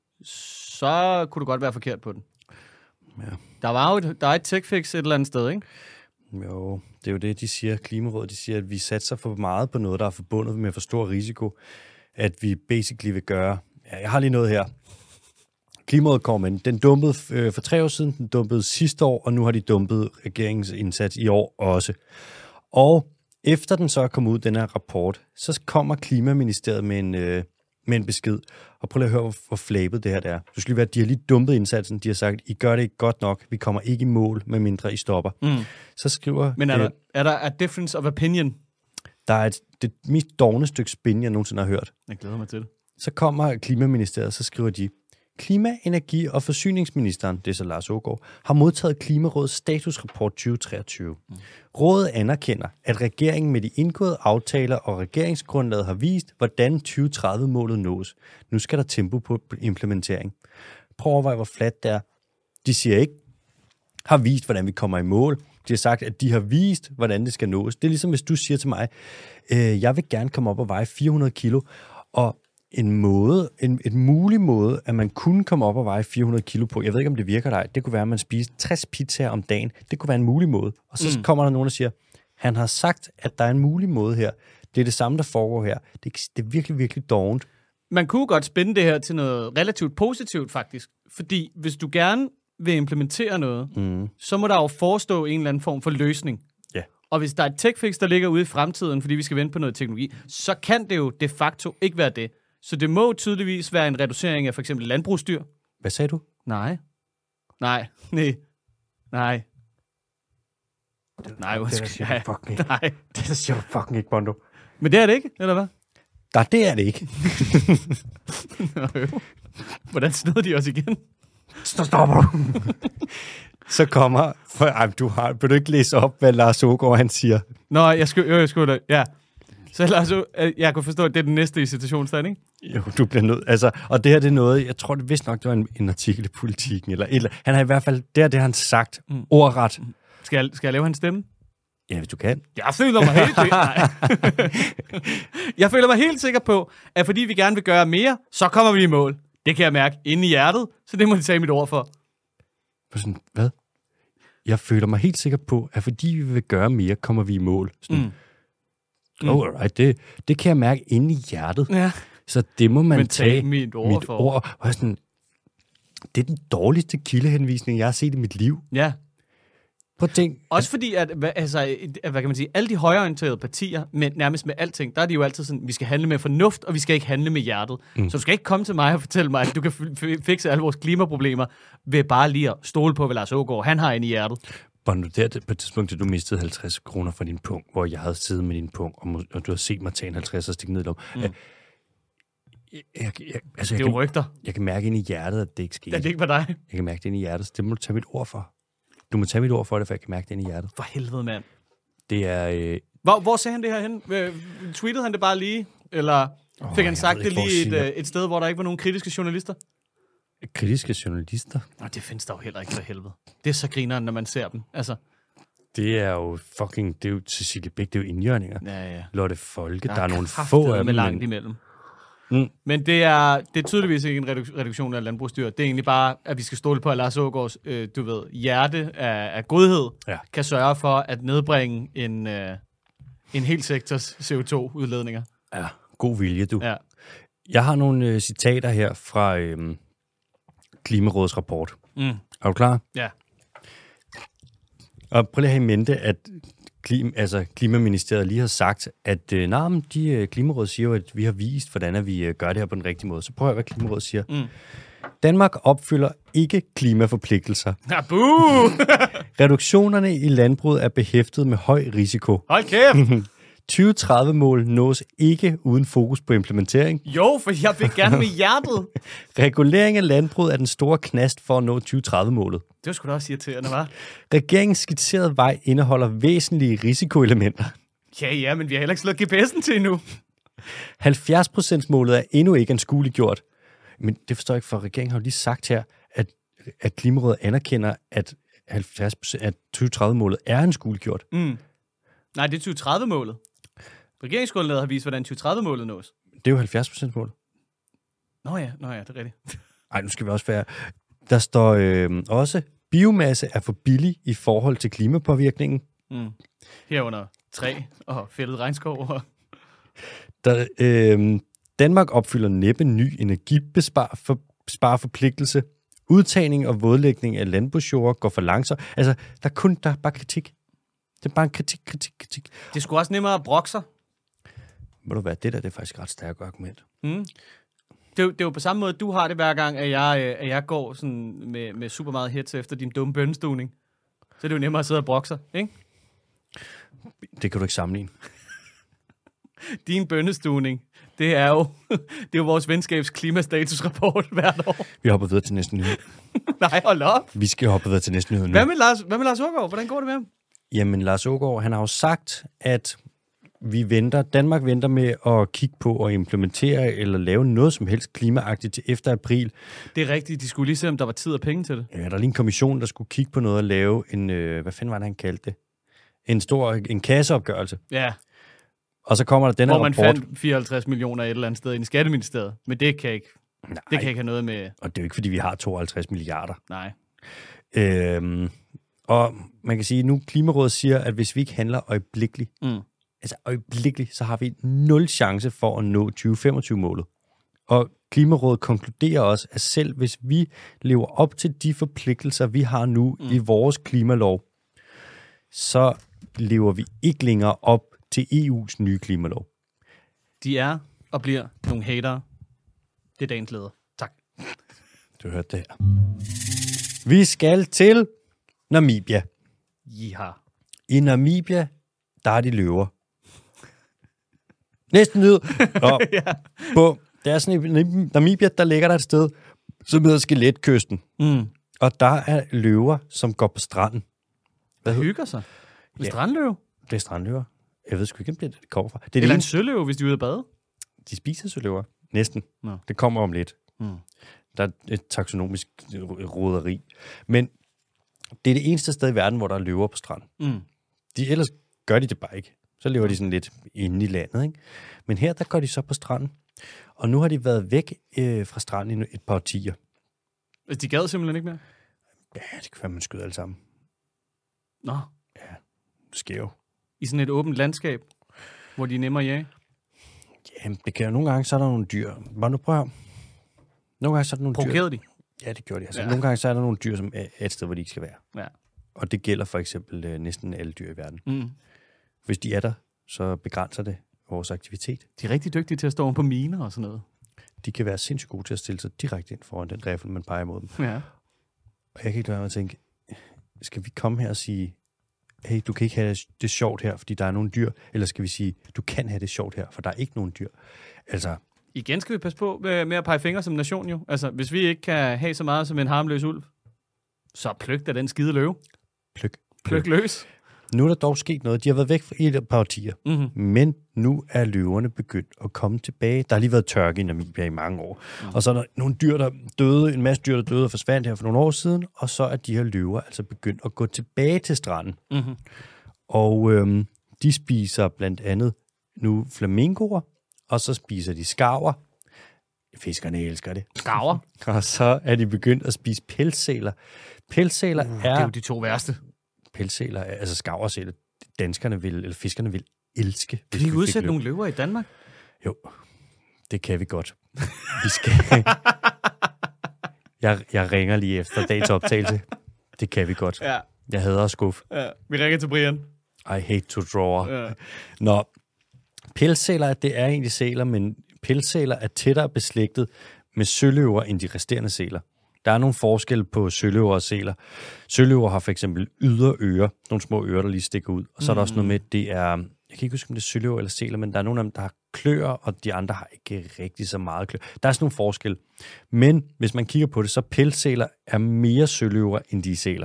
så kunne du godt være forkert på den. Ja. Der var jo et, der er et tech-fix et eller andet sted, ikke? Jo, det er jo det, de siger. Klimarådet, de siger, at vi satser for meget på noget, der er forbundet med for stor risiko, at vi basically vil gøre... Ja, jeg har lige noget her. Klimarådet kommer ind. Den dumpede øh, for tre år siden, den dumpede sidste år, og nu har de dumpet regeringens indsats i år også. Og efter den så er kommet ud, den her rapport, så kommer Klimaministeriet med en, øh, med en besked. Og prøv lige at høre, hvor, hvor flabet det her det er. Du skal lige være, de har lige dumpet indsatsen. De har sagt, I gør det ikke godt nok. Vi kommer ikke i mål, med mindre I stopper. Mm. Så skriver... Men er der, øh, er der a difference of opinion? Der er et, det mest dovne stykke spin, jeg nogensinde har hørt. Jeg glæder mig til det. Så kommer Klimaministeriet, så skriver de, Klima-, Energi- og Forsyningsministeren, det er så Lars Aagaard, har modtaget Klimarådets statusrapport tyve treogtyve. Mm. Rådet anerkender, at regeringen med de indgåede aftaler og regeringsgrundlaget har vist, hvordan tyve tredive-målet nås. Nu skal der tempo på implementering. Prøv at overveje, hvor fladt det er. De siger ikke, har vist, hvordan vi kommer i mål. De har sagt, at de har vist, hvordan det skal nås. Det er ligesom, hvis du siger til mig, øh, jeg vil gerne komme op og veje fire hundrede kilo, og en måde, en et mulig måde, at man kunne komme op og veje fire hundrede kilo på. Jeg ved ikke, om det virker dig. Det kunne være, at man spiser tres pizzaer om dagen. Det kunne være en mulig måde. Og så mm. kommer der nogen, der siger, han har sagt, at der er en mulig måde her. Det er det samme, der foregår her. Det, det er virkelig, virkelig dovent. Man kunne godt spænde det her til noget relativt positivt, faktisk. Fordi hvis du gerne vil implementere noget, mm. så må der jo forestå en eller anden form for løsning. Ja. Og hvis der er et tech-fix, der ligger ude i fremtiden, fordi vi skal vente på noget teknologi, så kan det jo de facto ikke være det. Så det må tydeligvis være en reducering af for eksempel landbrugsdyr. Hvad sagde du? Nej. Nej. Nej. Nej. Nej, det siger du fucking ikke. Nej. Det siger du fucking ikke, Bondo. Men det er det ikke, eller hvad? Nej, det er det ikke. Hvordan snød de os igen? Så stopper du. Så kommer... For, ej, du har... Vil du ikke læse op, hvad Lars Aagaard, han siger? Nå, jeg skulle... Jeg skulle ja. Så Lars, jeg kunne forstå, at det er den næste i citationstegn, ikke? Jo, du bliver nødt... Altså, og det her, det er noget... Jeg tror, det vist nok, det var en, en artikel i Politiken, eller, eller han har i hvert fald... Det er det, han sagt. Mm. Ordret. Skal jeg, skal jeg lave hans stemme? Ja, hvis du kan. Jeg føler mig helt sikker. Jeg føler mig helt sikker på, at fordi vi gerne vil gøre mere, så kommer vi i mål. Det kan jeg mærke inde i hjertet, så det må de tage mit ord for. Sådan, hvad? Jeg føler mig helt sikker på, at fordi vi vil gøre mere, kommer vi i mål. Sådan, mm. Oh, alright, det, det kan jeg mærke inde i hjertet. Ja. Så det må man Men tage mit ord mit for. Ord. Og sådan, det er den dårligste kildehenvisning, jeg har set i mit liv. Ja. På ting. Også fordi, at, altså, hvad kan man sige, alle de højreorienterede partier, med, nærmest med alting, der er de jo altid sådan, vi skal handle med fornuft, og vi skal ikke handle med hjertet. Mm. Så du skal ikke komme til mig og fortælle mig, at du kan f- fikse alle vores klimaproblemer ved bare lige at stole på, hvad Lars Aagaard, han har inde i hjertet. Bondo, der på et tidspunkt, du mistede halvtreds kroner fra din punkt, hvor jeg havde siddet med din punkt, og, og du har set mig tage en halvtreds og stikke ned i lom. Mm. Jeg, jeg, jeg, altså, det er jo rygter. Jeg, jeg kan mærke ind i hjertet, at det ikke sker. Ja, det er ikke for dig. Jeg kan mærke det ind i hjertet, så det må du tage mit ord for. Du må tage mit ord for det, for jeg kan mærke det ind i hjertet. For helvede, mand. Det er... Øh... Hvor, hvor sagde han det her hen? Tweetede han det bare lige? Eller fik oh, han sagt det lige et, et, et sted, hvor der ikke var nogen kritiske journalister? Kritiske journalister? Nå, det findes der jo heller ikke for helvede. Det er så grineren, når man ser dem. Altså. Det er jo fucking... Det er jo Cecilie Bæk, det er jo indjørninger. Ja, ja. Lotte Folke, der, der er, er nogle få af dem. med langt imellem. Mm. Men det er, det er tydeligvis ikke en redu- reduktion af landbrugsdyr. Det er egentlig bare, at vi skal stole på, at Lars Aagaards, øh, du ved, hjerte af, af godhed ja. kan sørge for at nedbringe en, øh, en hel sektors C O to udledninger. Ja, god vilje, du. Ja. Jeg har nogle øh, citater her fra øh, Klimarådets rapport. Mm. Er du klar? Ja. Og prøv lige at have i mente, at Klim, altså, Klimaministeriet lige har sagt, at øh, nej, men de øh, Klimarådet siger jo, at vi har vist, hvordan at vi øh, gør det her på den rigtige måde. Så prøv at høre, hvad Klimarådet siger. Mm. Danmark opfylder ikke klimaforpligtelser. Ja, buh! Reduktionerne i landbruget er behæftet med høj risiko. Hold kæft! tyve tredive-mål nås ikke uden fokus på implementering. Jo, for jeg vil gerne med hjertet. Regulering af landbruget er den store knast for at nå tyve tredive-målet. Det var sgu da også irriterende, hva'? Regeringens skitserede vej indeholder væsentlige risikoelementer. Ja, ja, men vi har heller ikke slået G P S'en til endnu. halvfjerds procent-målet er endnu ikke anskueligt gjort. Men det forstår jeg ikke, for regeringen har jo lige sagt her, at, at Klimarådet anerkender, at halvfjerds procent af tyve tredive-målet er anskueligt gjort. Mm. Nej, det er tyve tredive-målet. Regeringsgrundlaget har vist, hvordan tyve tredive-målet nås. Det er jo halvfjerds procent-målet. Nå ja, nå ja, det er rigtigt. Ej, nu skal vi også være... Der står øh, også, biomasse er for billig i forhold til klimapåvirkningen. Mm. Herunder træ og fældet regnskov. Der, øh, Danmark opfylder næppe ny energibesparforpligtelse. Udtagning og vådlægning af landbrugsjord går for langsomt. Altså, der er kun der er bare kritik. Det er bare en kritik, kritik, kritik. Det er sgu også nemmere at brokke sig. Må du være, det der, det er faktisk et ret stærkt argument. Mm. Det, er jo, det er jo på samme måde, du har det hver gang, at jeg, at jeg går sådan med, med super meget hits efter din dumme bønnestuning. Så er det jo nemmere at sidde og brokke sig, ikke? Det kan du ikke sammenligne. Din bønnestuning, det er jo, det er jo vores venskabs klimastatusrapport hvert år. Vi hopper videre til næste nyhed. Nej, hold op. Vi skal hoppe videre til næste nyhed nu. Hvad med Lars, hvad med Lars Aagaard? Hvordan går det med ham? Jamen, Lars Aagaard, han har jo sagt, at vi venter, Danmark venter med at kigge på at implementere eller lave noget som helst klimaagtigt til efter april. Det er rigtigt. De skulle lige se, om der var tid og penge til det. Ja, der er lige en kommission, der skulle kigge på noget og lave en, øh, hvad fanden var det, han kaldte det? En stor, en kasseopgørelse. Ja. Og så kommer der den her Hvor man rapport. fandt fireoghalvtreds millioner et eller andet sted i Skatteministeriet. Men det kan ikke, Nej, det kan ikke have noget med... og det er jo ikke, fordi vi har tooghalvtreds milliarder. Nej. Øhm, og man kan sige, nu Klimarådet siger, at hvis vi ikke handler øjeblikkeligt, Mm. altså øjeblikkeligt, så har vi nul chance for at nå tyve femogtyve-målet. Og Klimarådet konkluderer også, at selv hvis vi lever op til de forpligtelser, vi har nu mm. i vores klimalov, så lever vi ikke længere op til E U's nye klimalov. De er og bliver nogle hatere. Det er dagens leder. Tak. Du hørte det her. Vi skal til Namibia. Jiha. I Namibia, der er de løver. Næsten lyd. Nå, Ja. på, der er sådan i Namibia, der ligger der et sted, som hedder Skeletkysten. Mm. Og der er løver, som går på stranden. Hvad hygger sig? Med Ja. strandløv? Det er strandløver. Jeg ved sgu ikke, om det, det kommer fra. Det er Eller det en søløv, hvis de er ude at bade? De spiser søløver. Næsten. Nå. Det kommer om lidt. Mm. Der er et taksonomisk roderi. Men det er det eneste sted i verden, hvor der er løver på stranden. Mm. De, ellers gør de det bare ikke. Så lever de sådan lidt inde i landet. Ikke? Men her, der går de så på stranden. Og nu har de været væk øh, fra stranden i et par årtier. Altså, de gad simpelthen ikke mere? Ja, det kan være, man skyder alle sammen. Nå. Det sker jo. I sådan et åbent landskab, hvor de er nemmere at jage? Jamen, det kan jo nogle gange, så er der nogle dyr. Bare nu prøv at høre. Nogle gange så er der nogle dyr. Provokerede de? Ja, det gjorde de. Altså, Ja. nogle gange så er der nogle dyr, som er et sted, hvor de ikke skal være. Ja. Og det gælder for eksempel øh, næsten alle dyr i verden. Mm. Hvis de er der, så begrænser det vores aktivitet. De er rigtig dygtige til at stå oven på miner og sådan noget. De kan være sindssygt gode til at stille sig direkte ind foran den riffel, man peger mod dem. Ja. Og jeg kan ikke lade være med at tænke, skal vi komme her og sige, hey, du kan ikke have det sjovt her, fordi der er nogle dyr, eller skal vi sige, du kan have det sjovt her, for der er ikke nogen dyr. Altså, Igen skal vi passe på med, med at pege fingre som nation jo. Altså, hvis vi ikke kan have så meget som en harmløs ulv, så pløk da den skide løve. pløk. Pløk løs. Nu er der dog sket noget. De har været væk i et par årtier, Mm-hmm. men nu er løverne begyndt at komme tilbage. Der har lige været tørke i Namibia i mange år. Mm. Og så er der nogle dyr, der døde, en masse dyr, der døde og forsvandt her for nogle år siden, og så er de her løver altså begyndt at gå tilbage til stranden. Mm-hmm. Og øhm, de spiser blandt andet nu flamingoer, og så spiser de skarver. Fiskerne elsker det. Skarver. Og så er de begyndt at spise pelssæler. Pelssæler Uh, er... det er jo de to værste. Pelssæler, er- altså skarversæler, danskerne vil, eller fiskerne vil elske. Kan hvis de vi fik udsætte løv. nogle løver i Danmark? Jo, det kan vi godt. Vi skal... jeg, jeg ringer lige efter dagens optagelse. Det kan vi godt. Ja. Jeg hader at skuffe. ja. Vi ringer til Brian. I hate to draw. Ja. Nå, pelssæler, det er egentlig sæler, men pelssæler er tættere beslægtet med søløver end de resterende sæler. Der er nogle forskelle på søløver og sæler. Søløver har for eksempel ydre ører, nogle små ører, der lige stikker ud. Og så er der også noget med, det er, jeg kan ikke huske, om det er søløver eller sæler, men der er nogle af dem, der har kløer, og de andre har ikke rigtig så meget kløer. Der er sådan nogle forskelle. Men hvis man kigger på det, så pelssæler er mere søløver, end de er sæler.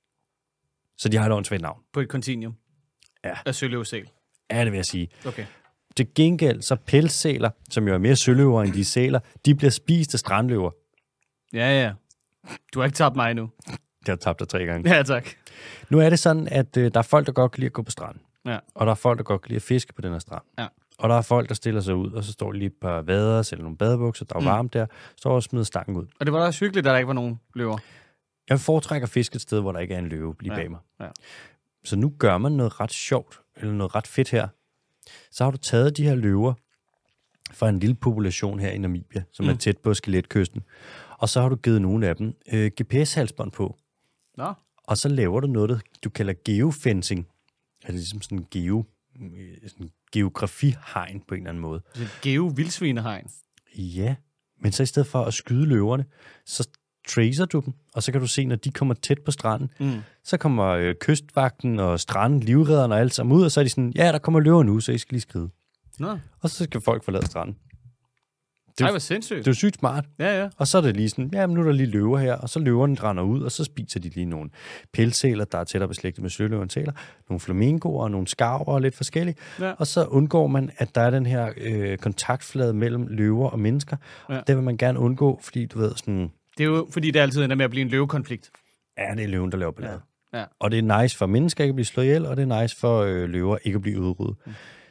Så de har et åndssvagt navn. På et kontinuum. Ja. Af søløvsæl. Ja, det vil jeg sige. Okay. Til gengæld, så pelssæler, som jo er mere søløver end de sæler, de bliver spist af strandløver. Ja, ja. Du har ikke tabt mig endnu. Det har tabt dig tre gange. Ja, tak. Nu er det sådan, at øh, der er folk, der godt kan lide at gå på stranden. Ja. Og der er folk, der godt kan lide at fiske på den her strand. Ja. Og der er folk, der stiller sig ud, og så står de lige et par vader, eller nogle badebukser, der er Mm. varmt der, står og smider stangen ud. Og det var da også hyggeligt, at der ikke var nogen løver. Jeg foretrækker at fiske et sted, hvor der ikke er en løve lige Ja. bag mig. Ja. Så nu gør man noget ret sjovt, eller noget ret fedt her. Så har du taget de her løver fra en lille population her i Namibia, som mm. er tæt på Skeletkysten. Og så har du givet nogle af dem øh, G P S-halsbånd på. Nå. Og så laver du noget, du kalder geofencing. Altså ligesom sådan en geo, øh, sådan geografihegn på en eller anden måde. Det er et geo-vildsvinehegn. Ja, men så i stedet for at skyde løverne, så tracer du dem, og så kan du se, når de kommer tæt på stranden, Mm. så kommer øh, kystvagten og stranden, livredderne og alt sammen ud, og så er de sådan, ja, der kommer løver nu, så I skal lige skride. Nå. Og så skal folk forlade stranden. Det var sindssygt. Det er jo sygt smart. Ja, ja. Og så er det lige sådan, ja, men nu er der lige løver her, og så løverne render ud, og så spiser de lige nogle pelssæler, der er tættere beslægtet med søløveren sæler, nogle flamingoer og nogle skarver og lidt forskellige. Ja. Og så undgår man, at der er den her øh, kontaktflade mellem løver og mennesker. Ja. Det vil man gerne undgå, fordi du ved sådan, Det er jo, fordi det altid ender med at blive en løvekonflikt. ja, det er løven, der laver ballade. Ja. Og det er nice for mennesker ikke at blive slået ihjel, og det er nice for øh, løver ikke at blive udryddet. Mm.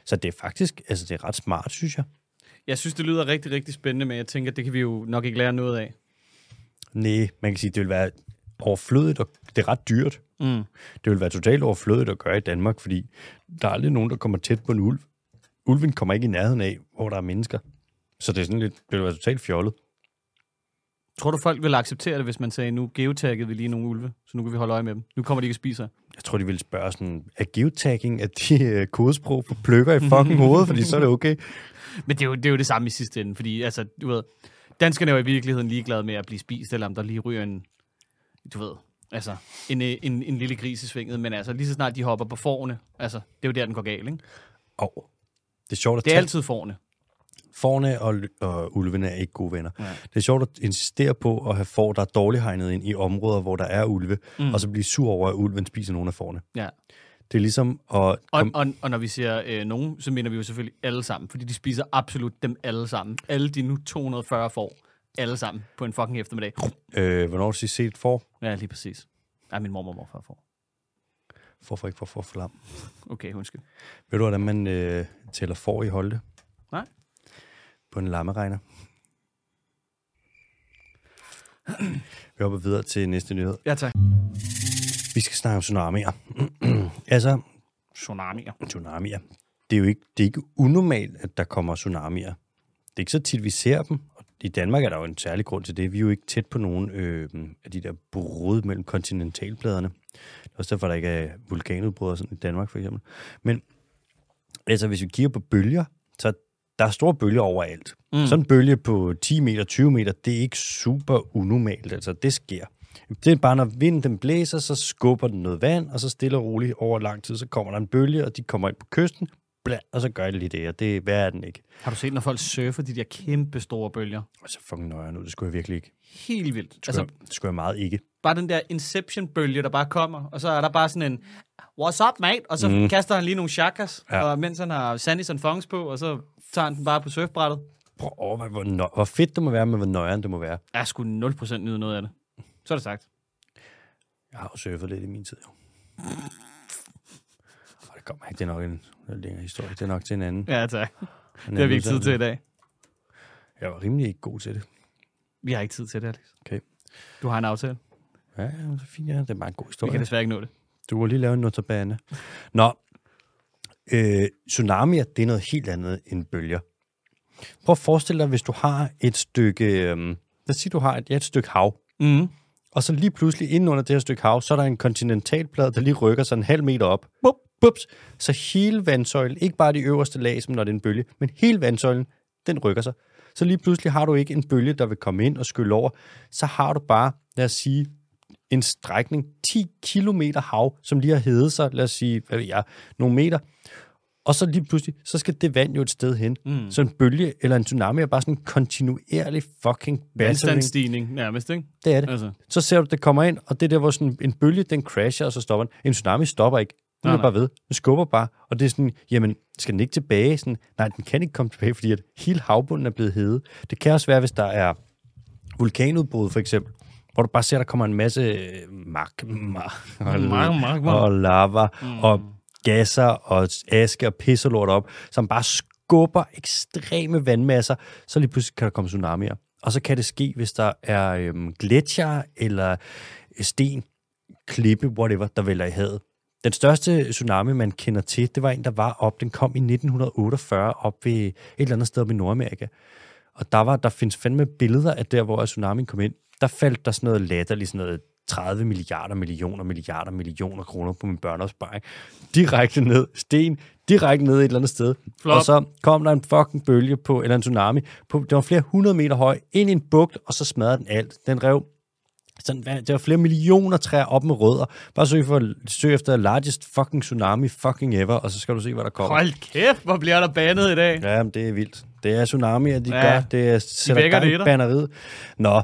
Så det er faktisk, altså det er ret smart, synes jeg. Jeg synes, det lyder rigtig, rigtig spændende, men jeg tænker, det kan vi jo nok ikke lære noget af. Nej, man kan sige, det vil være overflødigt, og det er ret dyrt. Mm. Det vil være totalt overflødigt at gøre i Danmark, fordi der er aldrig nogen, der kommer tæt på en ulv. Ulven kommer ikke i nærheden af, hvor der er mennesker. Så det er sådan lidt, det vil være totalt fjollet. Tror du, folk vil acceptere det, hvis man sagde, nu geotaggede vi lige nogle ulve, så nu kan vi holde øje med dem. Nu kommer de ikke og spiser. Jeg tror, de vil spørge sådan, er geotagging, at de uh, kodesprog for pløkker i fucking hovedet, fordi så er det okay. Men det er, jo, det er jo det samme i sidste ende, fordi altså, du ved, danskerne er jo i virkeligheden ligeglade med at blive spist, eller om der lige ryger en, du ved, altså, en, en, en lille gris i svinget, men altså, lige så snart de hopper på fårene, altså, det er jo der, den går galt, ikke? Og oh, det er sjovt at Det er tage. altid fårene. Fårene og, og ulvene er ikke gode venner. Ja. Det er sjovt at insistere på at have får, der er dårligt hegnet ind i områder, hvor der er ulve, mm. og så blive sur over, at ulven spiser nogle af fårene. Ja. Det er ligesom at... Og, kom... og, og når vi siger øh, nogen, så mener vi jo selvfølgelig alle sammen, fordi de spiser absolut dem alle sammen. Alle de nu to hundrede og fyrre får, alle sammen, på en fucking eftermiddag. Øh, hvornår har du sidst set får? Ja, lige præcis. Nej, min mormor må før får. For for ikke for for for lam. Okay, undskyld. Ved du, hvordan man øh, tæller får i Holte? Nej. På en lammeregner. Vi hopper videre til næste nyhed. Ja, tak. Vi skal snakke om tsunamier. altså, Tsunamier. tsunamier. Det er jo ikke, det er ikke unormalt, at der kommer tsunamier. Det er ikke så tit, vi ser dem. Og i Danmark er der jo en særlig grund til det. Vi er jo ikke tæt på nogen øh, af de der brud mellem kontinentalpladerne. Det er også derfor, der ikke er vulkanudbrud sådan i Danmark, for eksempel. Men altså, hvis vi kigger på bølger, så der er store bølger overalt. Mm. Sådan en bølge på ti meter, tyve meter, det er ikke super unormalt. Altså, det sker. Det er bare, når vinden den blæser, så skubber den noget vand, og så stille og roligt over lang tid, så kommer der en bølge, og de kommer ind på kysten, bla, og så gør det lige det, og det hvad er den ikke. Har du set, når folk surfer de der kæmpe store bølger? Altså, fucking nøje nu, det skulle jeg virkelig ikke. Helt vildt. Det skulle, Altså, jeg, det skulle jeg meget ikke. bare den der Inception-bølge, der bare kommer, og så er der bare sådan en, what's up, mate? Og så mm. kaster han lige nogle chakas, Ja. og mens han har Sandys and Fongs på, og så tager han den bare på surfbrættet. Prøv at overveje, hvor, nø- hvor fedt det må være, men hvor nøjeren det må være. Jeg skulle nul procent nyde noget af det. Så er det sagt. Jeg har jo surfet lidt i min tid, jo. Og det kommer ikke, det er nok en, en længere historie. Det er nok til en anden. Ja, tak. Det har vi ikke tid til i dag. Jeg var rimelig ikke god til det. Vi har ikke tid til det, Alex. Okay. Du har en aftale. Ja, det er fint, ja. Det er bare en god Vi historie. kan desværre ikke nå det. Du må lige lave en notabene. Nå, øh, tsunamier, det er noget helt andet end bølger. Prøv at forestille dig, hvis du har et stykke, øh, lad os sige, du har et, ja, et stykke hav, Mm. og så lige pludselig inden under det her stykke hav, så er der en kontinentalplade, der lige rykker sig en halv meter op. Bup, bups. Så hele vandsøjlen, ikke bare de øverste lag, som når det er en bølge, men hele vandsøjlen, den rykker sig. Så lige pludselig har du ikke en bølge, der vil komme ind og skylle over. Så har du bare, lad os sige, en strækning, ti kilometer hav, som lige har hævet sig, lad os sige, hvad ved jeg, nogle meter. Og så lige pludselig, så skal det vand jo et sted hen. Mm. Så en bølge eller en tsunami er bare sådan en kontinuerlig fucking battering. Vandstandsstigning nærmest, ikke? Det er det. Altså. Så ser du, det kommer ind, og det er der, hvor sådan en bølge, den crasher, og så stopper den. En tsunami stopper ikke. Den Nej, er bare ved. Den skubber bare. Og det er sådan, jamen, skal den ikke tilbage? Sådan, nej, den kan ikke komme tilbage, fordi at hele havbunden er blevet hævet. Det kan også være, hvis der er vulkanudbrud, for eksempel, hvor du bare ser, der kommer en masse mark, mark, og, Mark, mark, mark. og lava, mm. og gasser, og aske og pis og lort op, som bare skubber ekstreme vandmasser, så lige pludselig kan der komme tsunamier. Og så kan det ske, hvis der er øhm, gletsjer eller sten, klippe, whatever, der vælger i havet. Den største tsunami, man kender til, det var en, der var op. Den kom i nitten otteogfyrre op ved et eller andet sted op i Nordamerika. Og der, var, der findes fandme billeder af der, hvor tsunamien kom ind. Der faldt der sådan noget latterligt, sådan noget tredive milliarder, millioner, milliarder, millioner kroner på min børneopsparing. Direkte ned, sten, direkte ned et eller andet sted. Flop. Og så kom der en fucking bølge på, eller en tsunami, på, det var flere hundrede meter høj, ind i en bugt, og så smadrede den alt. Den rev sådan, der var flere millioner træer op med rødder. Bare søg, for, søg efter largest fucking tsunami fucking ever, og så skal du se, hvad der kommer. Hold kæft, hvor bliver der banet i dag. Ja, men det er vildt. Det er tsunamier, de Ja, gør. Det er sætter vækker gang det i i dig. banneriet. Nå,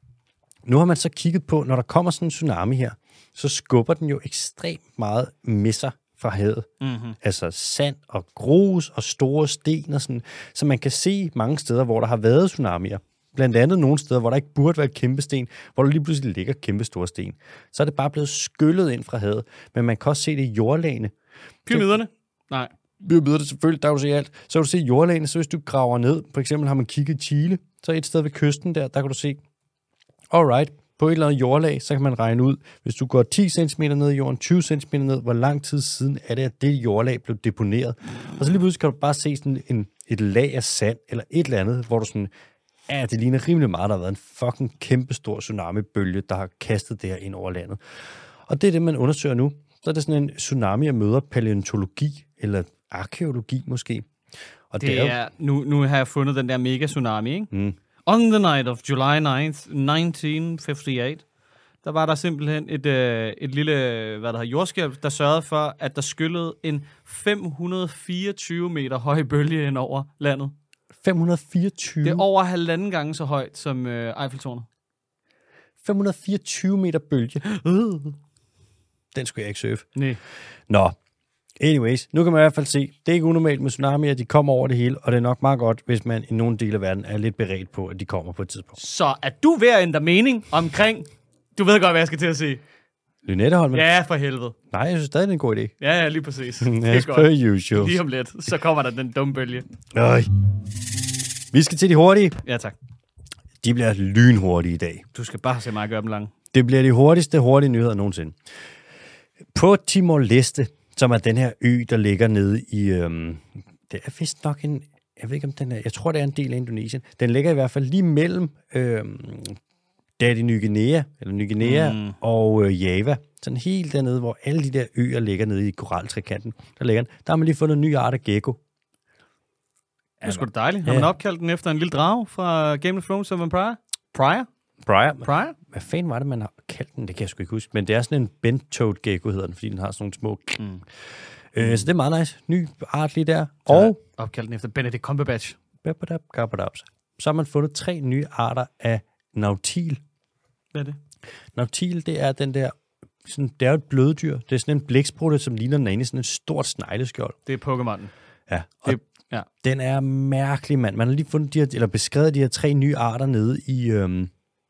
nu har man så kigget på, når der kommer sådan en tsunami her, så skubber den jo ekstremt meget med sig fra havet. Mm-hmm. Altså sand og grus og store sten og sådan. Så man kan se mange steder, hvor der har været tsunamier. Blandt andet nogle steder, hvor der ikke burde være kæmpe sten, hvor der lige pludselig ligger kæmpe store sten. Så er det bare blevet skyllet ind fra havet. Men man kan også se det i jordlagene. Pyramiderne? Nej. vi møder det selvfølgelig, der kan du se alt. Så kan du se jordlagene, så hvis du graver ned, for eksempel har man kigget i Chile, så et sted ved kysten der, der kan du se, alright, på et eller andet jordlag, så kan man regne ud, hvis du går ti centimeter ned i jorden, tyve centimeter ned, hvor lang tid siden er det, at det jordlag blev deponeret. Og så lige pludselig kan du bare se sådan en, et lag af sand, eller et eller andet, hvor du sådan, ja, det ligner rimelig meget, der har været en fucking kæmpestor tsunami-bølge, der har kastet det her ind over landet. Og det er det, man undersøger nu. Så er det sådan en tsunami, jeg møder paleontologi, eller arkæologi måske. Og det, det er, er nu, nu har jeg fundet den der mega tsunami, ikke? Mm. On the night of July ninth, nineteen fifty-eight, der var der simpelthen et, øh, et lille hvad der hedder, jordskælv, der sørgede for, at der skyllede en fem hundrede fireogtyve meter høj bølge ind over landet. fem hundrede fireogtyve? Det er over halvanden gange så højt som øh, Eiffeltårnet. fem hundrede fireogtyve meter bølge. Uh. Den skulle jeg ikke surfe. Nej. Nå, anyways, nu kan man i hvert fald se, det er ikke unormalt med tsunamier, de kommer over det hele, og det er nok meget godt, hvis man i nogle dele af verden er lidt beredt på, at de kommer på et tidspunkt. Så er du ved at ændre mening omkring, du ved godt, hvad jeg skal til at sige. Lynetteholmen? Ja, for helvede. Nej, jeg synes stadig, det er en god idé. Ja, ja, lige præcis. Det As per usual. Lige om lidt, så kommer der den dumme bølge. Øj. Vi skal til de hurtige. Ja, tak. De bliver lynhurtige i dag. Du skal bare se mig gøre dem lang. Det bliver de hurtigste hurtige nyheder nogensinde. På Timor-Leste, som er den her ø, der ligger nede i... Øhm, det er vist nok en... Jeg ved ikke, om den er... Jeg tror, det er en del af Indonesien. Den ligger i hvert fald lige mellem øhm, Daddy Ny Guinea, eller Ny Guinea mm. og øh, Java. Sådan helt dernede, hvor alle de der øer ligger nede i koraltrekanten. Der ligger den. Der har man lige fundet en ny art af gecko. Det er sgu da dejligt. Har man opkaldt den efter en lille drage fra Game of Thrones, som var Prior? Prior? Prior? Prior? Hvad fanden var det, man har kaldt den? Det kan jeg sgu ikke huske. Men det er sådan en bent-toed gecko, hedder den, fordi den har sådan nogle små... Mm. Øh, så det er meget nice. Ny art lige der. Så og... opkaldt den efter Benedict Cumberbatch. Så har man fundet tre nye arter af nautil. Hvad er det? Nautil, det er den der... Sådan, det er jo et bløddyr. Det er sådan en blæksprutte, som ligner den inde i sådan et stort snegleskjold. Det er Pokémonen. Ja, og det, ja. Den er mærkelig, mand. Man har lige fundet de her, eller beskrevet de her tre nye arter nede i, øhm,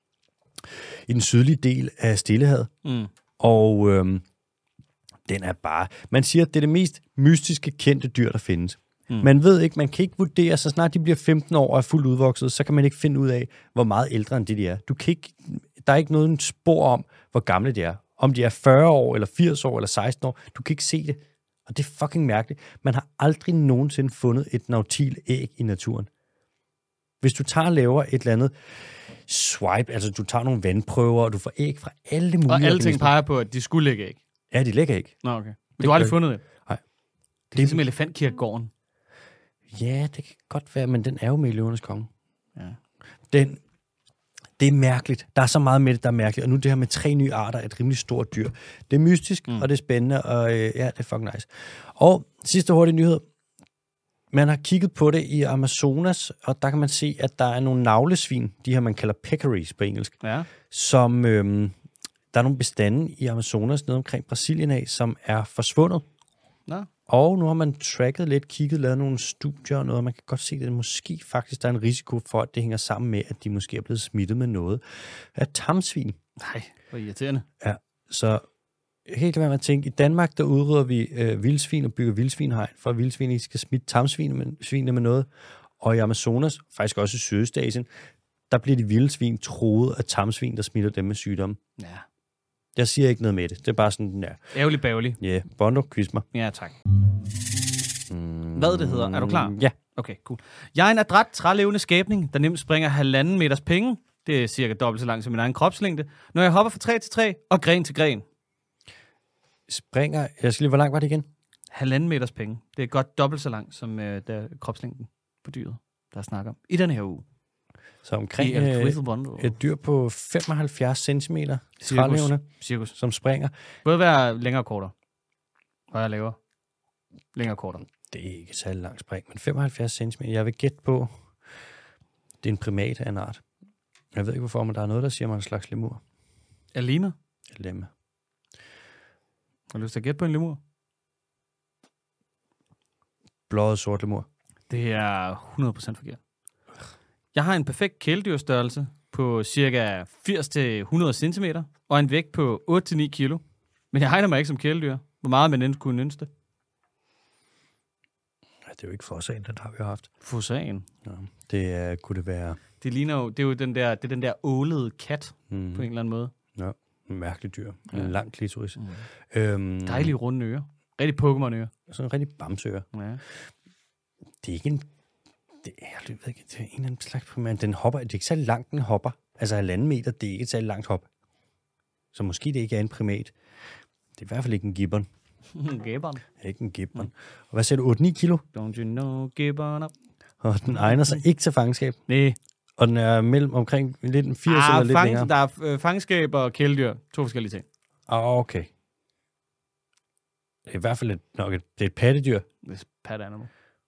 i den sydlige del af Stillehavet. Mm. Og øhm, den er bare... Man siger, at det er det mest mystiske, kendte dyr, der findes. Mm. Man ved ikke, man kan ikke vurdere, så snart de bliver femten år og er fuldt udvokset, så kan man ikke finde ud af, hvor meget ældre end det de er. Du kan ikke, der er ikke noget spor om, hvor gamle de er. Om de er fyrre år, eller firs år, eller seksten år. Du kan ikke se det. Og det er fucking mærkeligt. Man har aldrig nogensinde fundet et nautil æg i naturen. Hvis du tager og laver et eller andet swipe, altså du tager nogle vandprøver, og du får æg fra alle mulige... Og alle ting peger på, at de skulle lægge æg. Ja, de lægger æg. Nå, okay. Men du har aldrig fundet det? Nej. Det er ligesom Elefantkirkegården. Ja, det kan godt være, men den er jo med løvernes konge. Ja. Den... Det er mærkeligt. Der er så meget med det, der er mærkeligt. Og nu det her med tre nye arter er et rimelig stort dyr. Det er mystisk, mm. og det er spændende, og øh, ja, det er fucking nice. Og sidste hurtige nyhed. Man har kigget på det i Amazonas, og der kan man se, at der er nogle navlesvin, de her man kalder peccaries på engelsk, ja. som øh, der er nogle bestande i Amazonas nede omkring Brasilien af, som er forsvundet. Ja. Og nu har man tracket lidt, kigget, lavet nogle studier og noget, og man kan godt se, at det måske faktisk der er en risiko for, at det hænger sammen med, at de måske er blevet smittet med noget af tamsvin. Nej, hvor irriterende. Ja, så helt hvad man tænker, i Danmark, der udrydder vi øh, vildsvin og bygger vildsvinhegn, for at vildsvin ikke skal smitte tamsvin med, med noget. Og i Amazonas, faktisk også i Sydøstasien, der bliver de vildsvin troet af tamsvin, der smitter dem med sygdomme. Ja. Jeg siger ikke noget med det. Det er bare sådan, den er. Ærgerlig bævlig. Ja, yeah. Bondo, quiz mig. Ja, tak. Mm, Hvad det hedder? Er du klar? Ja. Okay, cool. Jeg er en adræt, trælevende skabning, der nemt springer halvanden meters penge. Det er cirka dobbelt så langt som min egen kropslængde. Når jeg hopper fra træ til træ og gren til gren. Springer... Jeg skal lige, hvor langt var det igen? Halvanden meters penge. Det er godt dobbelt så langt som øh, der kropslængden på dyret, der snakker om. I den her uge. Så omkring øh, et dyr på femoghalvfjerds centimeter trælevende, cirkus, som springer. Både være længere og kortere. Højere lavere. Længere og kortere. Det er ikke et særlig langt spring, men femoghalvfjerds centimeter. Jeg vil gætte på, det er en primat af en art. Jeg ved ikke hvorfor, men der er noget, der siger mig en slags lemur. Alina? Lemme. Har du lyst til at gætte på en lemur? Blåret sort lemur. Det er hundrede procent forkert. Jeg har en perfekt kæledyrstørrelse på cirka firs til hundrede centimeter og en vægt på otte til ni kilo. Men jeg egner mig ikke som kæledyr. Hvor meget man end kunne ønske det. Det er jo ikke fosan, den har vi jo haft. Fosan. Ja, det er, kunne det være... Det ligner jo, det er jo den der, det er den der ålede kat, mm. på en eller anden måde. Ja, en mærkelig dyr. En Ja. lang klitoris. Mm. Øhm, Dejlige runde ører. Rigtig Pokémon-ører. Sådan en rigtig bamseører. Ja. Det er ikke en... Det er, jeg ved ikke, det er en eller anden slags... Men den hopper... Det er ikke så langt, den hopper. Altså halvanden meter, det er ikke et så langt hop. Så måske det ikke er en primat. Det er i hvert fald ikke en gibbon. Gibbon. Det er ikke en gibbon. Og hvad siger du? otte ni kilo? Don't you know gibbon up? Og den egner sig ikke til fangenskab. Nej. Og den er mellem omkring lidt en firs Ah, eller lidt fang, længere. der er øh, fangenskab og kæledyr. To forskellige ting. Ah, okay. Det er i hvert fald et, nok et, det er et pattedyr. Det er pat animal.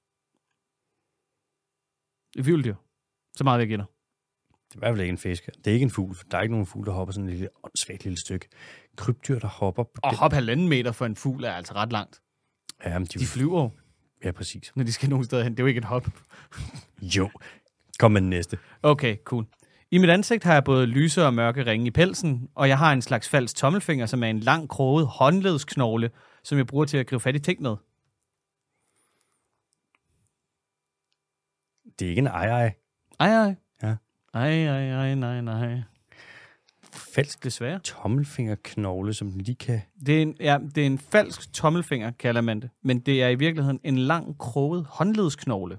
Et vilddyr. Så meget vil jeg give dig. Det er i hvert fald ikke en fisk. Det er ikke en fugl. Der er ikke nogen fugl, der hopper sådan et lille åndssvagt lille stykke. Krybdyr, der hopper på Og den. hop halvanden meter for en fugl er altså ret langt. Ja, men de, De flyver jo, ja, præcis. når de skal nogen steder hen. Det er jo ikke et hop. Jo. Kom med den næste. Okay, cool. I mit ansigt har jeg både lyse og mørke ringe i pelsen, og jeg har en slags falsk tommelfinger, som er en lang, kroget håndledsknogle, som jeg bruger til at gribe fat i ting med. Det er ikke en ej-ej. Ej, ej. Ja. Ej, ej, ej, nej, nej. Falsk Desværre. tommelfingerknogle, som den lige kan... Det er, en, ja, det er en falsk tommelfinger, kalder man det. Men det er i virkeligheden en lang, kroget håndledsknogle,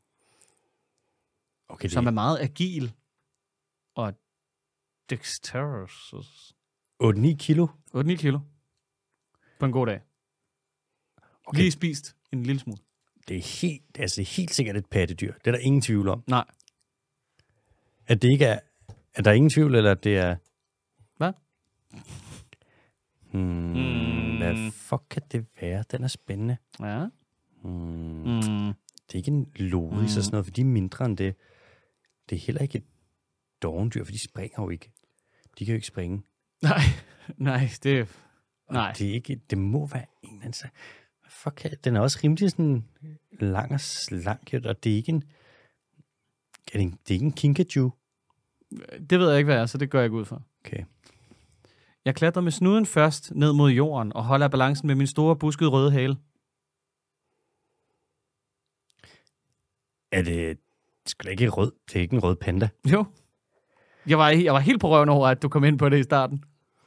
Okay, det som er er meget agil og dexterous. otte ni kilo. otte ni kilo. På en god dag. Okay. Lige spist en lille smule. Det er helt, altså det er helt sikkert et pattedyr. Det er der ingen tvivl om. Nej. At det ikke er... Er der ingen tvivl, eller at det er... Hvad? Hmm, Mm. Hvad fuck kan det være? Den er spændende. Ja. Hmm. Mm. Det er ikke en loris mm. og sådan noget, for de er mindre end det. Det er heller ikke et dovendyr, for de springer jo ikke. De kan jo ikke springe. Nej, nej, det Og nej. Det, er ikke, det må være en eller anden... Hvad fuck kan... Den er også rimelig sådan lang og slank, og det er ikke en... Er det, en, det er ikke en kinkajou. Det ved jeg ikke, hvad er, så det gør jeg ikke ud for. Okay. Jeg klatrer med snuden først ned mod jorden og holder balancen med min store, buskede røde hale. Er det... Det skal da ikke rød. Det er ikke en rød panda. Jo. Jeg var, jeg var helt på røven over, at du kom ind på det i starten.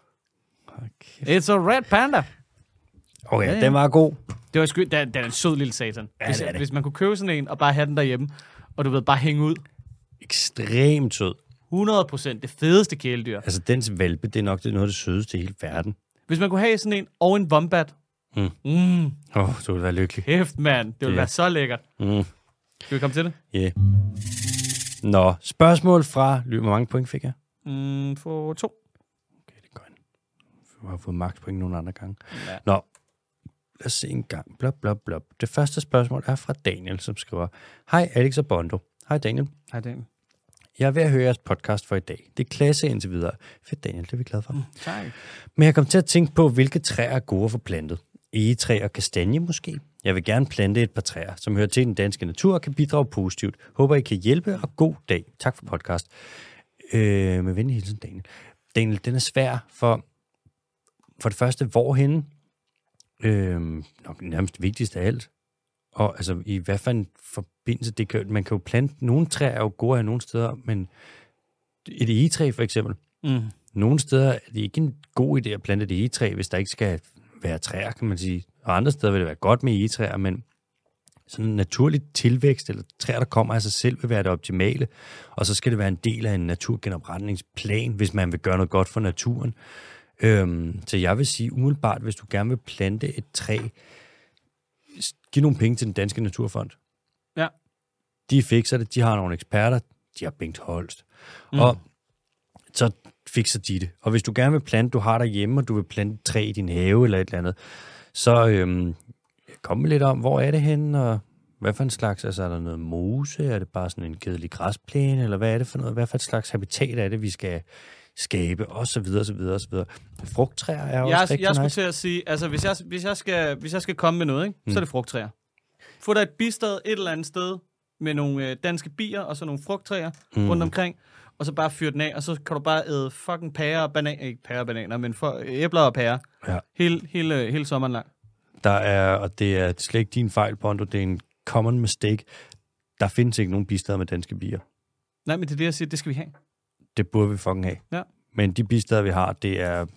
Okay, It's a red panda. okay Ja, ja, ja. den var god. Det var sgu, den, den er en sød lille satan. Ja, hvis, det er det. hvis man kunne købe sådan en og bare have den derhjemme, og du ved, bare hænge ud. Ekstremt sød. hundrede procent det fedeste kæledyr. Altså, dens valpe, det er nok det er noget af det sødeste i hele verden. Hvis man kunne have sådan en og en wombat. Mm. Mm, Åh, oh, du vil være lykkelig. kæft, mand. Det ville Ja. være så lækkert. Mm. Skal vi komme til det? Ja. Yeah. Nå, spørgsmål fra... Hvor mange point fik jeg? Mm, for to. Okay, det går ind. Jeg har fået max point nogle andre gange. Ja. Nå, lad os se en gang. Blop, blop, blop. Det første spørgsmål er fra Daniel, som skriver: Hej Alex og Bondo. Hej Daniel. Hej, Daniel. Jeg er ved at høre jeres podcast for i dag. Det er klasse indtil videre. Fedt Daniel, det er vi glade for. Mm. Tak. Men jeg kom til at tænke på, hvilke træer er gode for plantet. Egetræ og kastanje måske. Jeg vil gerne plante et par træer, som hører til den danske natur og kan bidrage positivt. Håber, I kan hjælpe, og god dag. Tak for podcast. Øh, med venlig hilsen, Daniel. Daniel, den er svær, for for det første, hvorhenne? Øh, nok nærmest vigtigst af alt. Og altså, i hvad for en forbindelse, det kan, man kan jo plante, nogle træer er jo gode af nogle steder, men et egetræ for eksempel, Mm. nogle steder er det ikke en god idé at plante et egetræ, hvis der ikke skal være træer, kan man sige. Og andre steder vil det være godt med egetræer, men sådan en naturlig tilvækst, eller træer, der kommer af sig selv, vil være det optimale. Og så skal det være en del af en naturgenopretningsplan, hvis man vil gøre noget godt for naturen. Øhm, så jeg vil sige umiddelbart, hvis du gerne vil plante et træ, giv nogle penge til den Danske Naturfond. Ja. De fikser det, de har nogle eksperter, de har Bengt Holst. Mm. Mm. Og så fikser de det. Og hvis du gerne vil plante, du har derhjemme, og du vil plante et træ i din have eller et eller andet, så øhm, kom med lidt om, hvor er det henne, og hvad for en slags, altså er der noget mose, er det bare sådan en kedelig græsplæne, eller hvad er det for noget, hvad for et slags habitat er det, vi skal skabe, og så videre, så videre, og så videre. Frugttræer er også Jeg, rigtig jeg skulle nice. til at sige, altså hvis jeg, hvis jeg, skal, hvis jeg skal komme med noget, ikke, Mm. så er det frugttræer. Få dig et bistad et eller andet sted med nogle øh, danske bier og så nogle frugttræer Mm. rundt omkring, og så bare fyre den af, og så kan du bare æde fucking pærer og bananer, ikke pærer og bananer, men for, æbler og pærer, Ja. hele, hele, hele sommeren lang. Der er, og det er slet ikke din fejl, Bondo, det er en common mistake. Der findes ikke nogen bisteder med danske bier. Nej, men det er det, jeg siger, det skal vi have. Det burde vi fucking have. Ja. Men de bisteder, vi har, det er...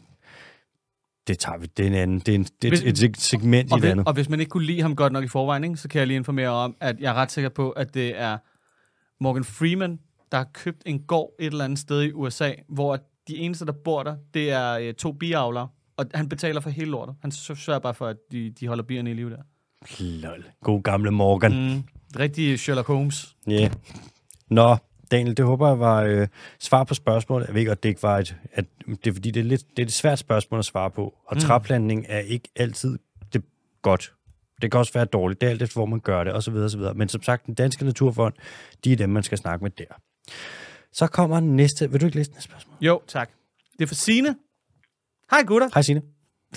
Det tager vi. Det er en anden. Det er, en, det er hvis, et, et segment og i det andet. Og hvis man ikke kunne lide ham godt nok i forvejen, ikke, så kan jeg lige informere om, at jeg er ret sikker på, at det er Morgan Freeman, der har købt en gård et eller andet sted i U S A, hvor de eneste, der bor der, det er øh, to biavlere, og han betaler for hele lortet. Han sørger bare for, at de, de holder bierne i live der. Lol. God gamle Morgan. Mm, rigtig Sherlock Holmes. Ja. Yeah. Nå, Daniel, det håber jeg var øh, svar på spørgsmålet. Jeg ved godt, det ikke var et... At, det er fordi, det er, lidt, det er et svært spørgsmål at svare på. Og mm. træplantning er ikke altid det godt. Det kan også være dårligt. Det er alt efter, hvor man gør det, osv. osv. Men som sagt, den Danske Naturfond, de er dem, man skal snakke med der. Så kommer næste... Vil du ikke læse næste spørgsmål? Jo, tak. Det er for Signe. Hej gutter. Hej Signe.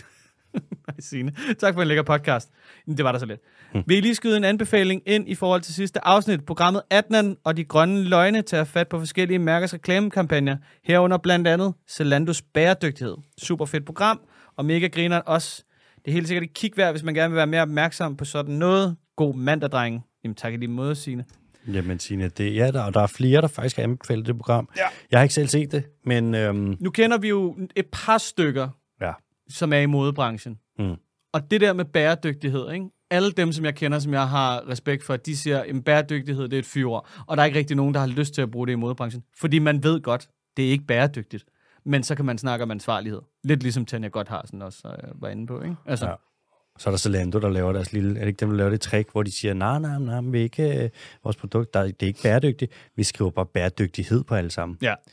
Hej Signe. Tak for en lækker podcast. Det var der så lidt. Hmm. Vil I lige skyde en anbefaling ind i forhold til sidste afsnit? Programmet Adnan og de grønne løgne tager fat på forskellige mærkers reklamekampagner, herunder blandt andet Zalandos bæredygtighed. Super fedt program, og mega grineren også. Det er helt sikkert et kig værd, hvis man gerne vil være mere opmærksom på sådan noget. God mandag, drenge. Jamen tak i lige måde, Signe. Jamen Signe, det, ja, der, der er flere, der faktisk har anbefalet det program. Ja. Jeg har ikke selv set det, men... Øhm... Nu kender vi jo et par stykker, ja. som er i modebranchen. Mm. Og det der med bæredygtighed, ikke? Alle dem, som jeg kender, som jeg har respekt for, de siger, at bæredygtighed, det er et fyre. Og der er ikke rigtig nogen, der har lyst til at bruge det i modebranchen. Fordi man ved godt, det er ikke bæredygtigt. Men så kan man snakke om ansvarlighed. Lidt ligesom Tanja Godtharsen også øh, var inde på, ikke? Altså. Ja. Så er der Zalando, der laver deres lille... Er det ikke dem, der laver det trick, hvor de siger, nej, nej, nej, vi er ikke... Øh, vores produkt, der, det er ikke bæredygtigt. Vi skriver bare bæredygtighed på alle sammen. Ja.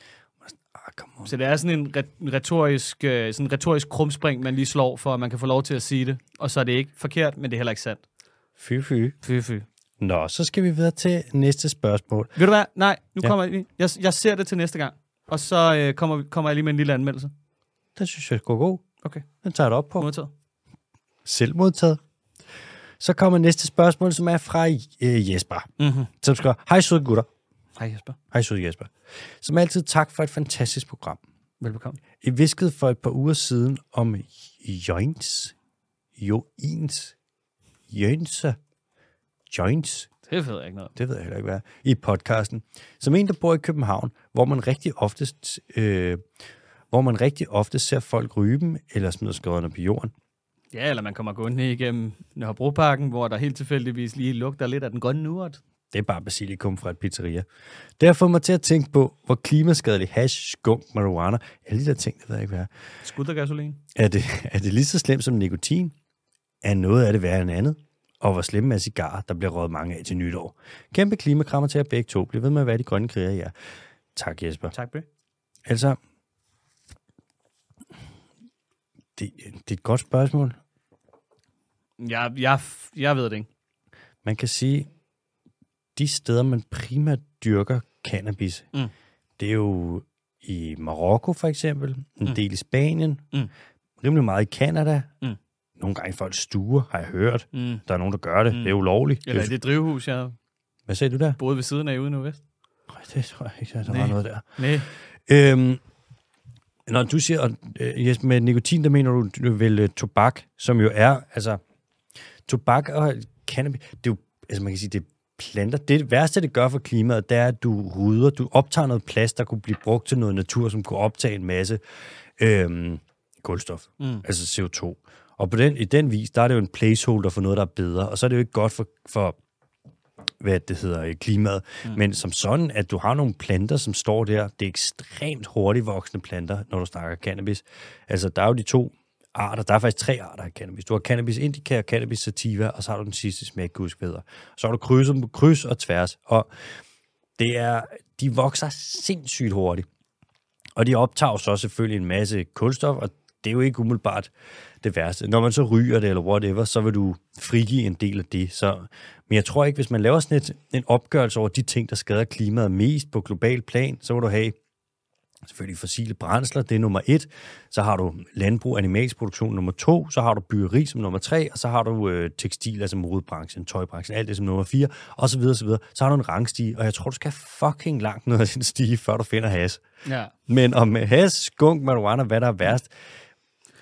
Ah, så det er sådan en, en retorisk, øh, sådan en retorisk krumspring, man lige slår, for at man kan få lov til at sige det. Og så er det ikke forkert, men det er heller ikke sandt. Fy, fy. Fy, fy. Nå, så skal vi videre til næste spørgsmål. Ved du hvad? Nej, nu ja. kommer jeg, jeg... Jeg ser det til næste gang. Og så øh, kommer, kommer jeg lige med en lille anmeldelse. Det synes jeg går god. Okay. Den tager det op på. Modtaget. Selv modtaget. Så kommer næste spørgsmål, som er fra øh, Jesper. Mm-hmm. Som skriver, hej søde gutter. Hej Jesper. Hej søde Jesper. Som altid, tak for et fantastisk program. Velbekomme. I viskede for et par uger siden om joints. Joins. Joinser. Joints. Det ved jeg ikke noget. Det ved jeg heller ikke, hvad i podcasten. Som en, der bor i København, hvor man rigtig oftest, øh, hvor man rigtig ofte ser folk ryge dem, eller smider skårene på jorden. Ja, eller man kommer gående ned igennem Nørrebroparken, hvor der helt tilfældigvis lige lugter lidt af den grønne urt. Det er bare basilikum fra et pizzeria. Det har fået mig til at tænke på, hvor klimaskadelig hash, skunk, marijuana, alle de der ting, det ved jeg ikke, hvad er. Skuddergasolin. Er det, er det lige så slemt som nikotin? Er noget af det værre end andet? Og hvor slemme er cigarer, der bliver røget mange af til nytår? Kæmpe klimakrammer til at begge to. Bliv ved med at være de grønne kriger, ja. Tak, Jesper. Tak, Bø. Altså, det, det er et godt spørgsmål. Jeg, jeg, jeg ved det ikke. Man kan sige, de steder, man primært dyrker cannabis, mm. det er jo i Marokko for eksempel, en mm. del i Spanien, mm. rimelig meget i Canada, mm. nogle gange i folks stuer, har jeg hørt. Mm. Der er nogen, der gør det. Mm. Det er ulovligt. Eller i det drivhus, jeg Hvad sagde du der? boede ved siden af ude nu vest. Nej, det tror jeg ikke, der var noget der. Nej. Øhm, når du siger, øh, yes, med nikotin, der mener du, du vel uh, tobak, som jo er, altså, tobak og cannabis, det er jo, altså man kan sige, det er planter. Det værste, det gør for klimaet, det er, at du rydder, du optager noget plast, der kunne blive brugt til noget natur, som kunne optage en masse øhm, kulstof, mm. altså C O to. Og på den, i den vis, der er det jo en placeholder for noget, der er bedre, og så er det jo ikke godt for, for hvad det hedder, klimaet. Mm. Men som sådan, at du har nogle planter, som står der, det er ekstremt hurtigt voksende planter, når du snakker cannabis. Altså, der er jo de to arter, der er faktisk tre arter af cannabis. Du har cannabis indica og cannabis sativa, og så har du den sidste smækkuskvæder. Så har du krydset dem på kryds og tværs, og det er, de vokser sindssygt hurtigt. Og de optager så selvfølgelig en masse kulstof, og det er jo ikke umiddelbart det værste. Når man så ryger det, eller whatever, så vil du frigive en del af det. Så, men jeg tror ikke, hvis man laver sådan et, en opgørelse over de ting, der skader klimaet mest på global plan, så vil du have selvfølgelig fossile brændsler, det er nummer et. Så har du landbrug, animalsk produktion nummer to. Så har du byggeri som nummer tre. Og så har du øh, tekstil, altså modebranchen, tøjbranchen, alt det som nummer fire. Og så videre, så videre. Så har du en rangstige, og jeg tror, du skal fucking langt ned ad den stige, før du finder has. Ja. Men om has, skunk, marijuana, hvad der er værst,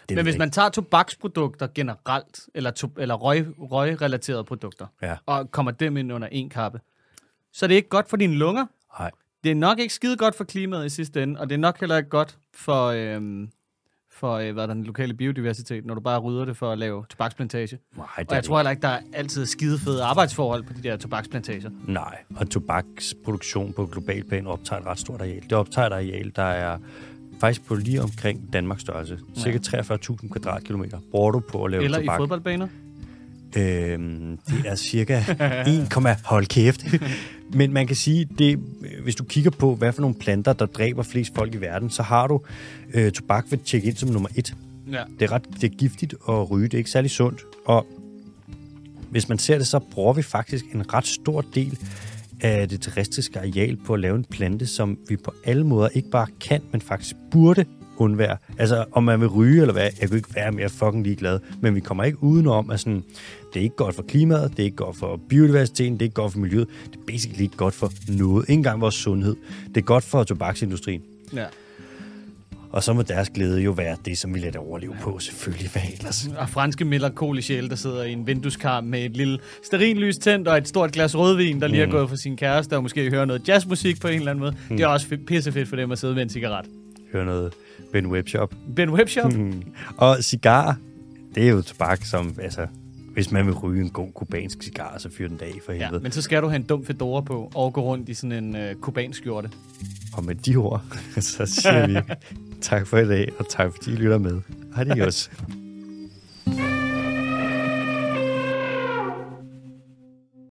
Men hvis man tager tobaksprodukter generelt, eller, to, eller røg, røgrelaterede produkter, ja. og kommer dem ind under en kappe, så er det ikke godt for dine lunger. Nej. Det er nok ikke skide godt for klimaet i sidste ende, og det er nok heller ikke godt for, øhm, for øh, hvad er der, den lokale biodiversitet, når du bare rydder det for at lave tobaksplantage. Nej, og jeg tror heller ikke, der er altid skide fede arbejdsforhold på de der tobaksplantager. Nej, og tobaksproduktion på global plan optager et ret stort areal. Det optager et areal, der er faktisk på lige omkring Danmarks størrelse. Cirka treogfyrre tusind kvadratkilometer bruger du på at lave Eller tobak. i fodboldbaner? Øhm, det er cirka en, hold kæft. Men man kan sige, det, hvis du kigger på, hvad for nogle planter, der dræber flest folk i verden, så har du øh, tobak ved tjekke ind som nummer et. Ja. Det er ret det er giftigt at ryge, det er ikke særlig sundt. Og hvis man ser det, så bruger vi faktisk en ret stor del af det terrestriske areal på at lave en plante, som vi på alle måder ikke bare kan, men faktisk burde undvære. Altså, om man vil ryge eller hvad, jeg kunne ikke være mere fucking ligeglad, men vi kommer ikke udenom, at sådan, det er ikke godt for klimaet, det er ikke godt for biodiversiteten, det er ikke godt for miljøet, det er basically ikke godt for noget, ikke engang vores sundhed. Det er godt for tobaksindustrien. Ja. Og så må deres glæde jo være det, som vi lader overleve på, selvfølgelig, hvad ellers. Og franske melankolisjæle, der sidder i en vindueskarm med et lille stearinlys tændt og et stort glas rødvin, der lige er mm. gået for sin kæreste, og måske hører noget jazzmusik på en eller anden måde. Mm. Det er også pissefedt for dem at sidde med en cigaret. Høre noget Ben Webshop. Ben Webshop? Mm. Og cigarer, det er jo tobak, som, altså, hvis man vil ryge en god kubansk cigar, så fyr den dag for helvede. Ja, men så skal du have en dum fedora på og gå rundt i sådan en øh, kubansk skjorte. Og med de ord, så siger vi tak for i dag, og tak fordi I lytter med. Adios.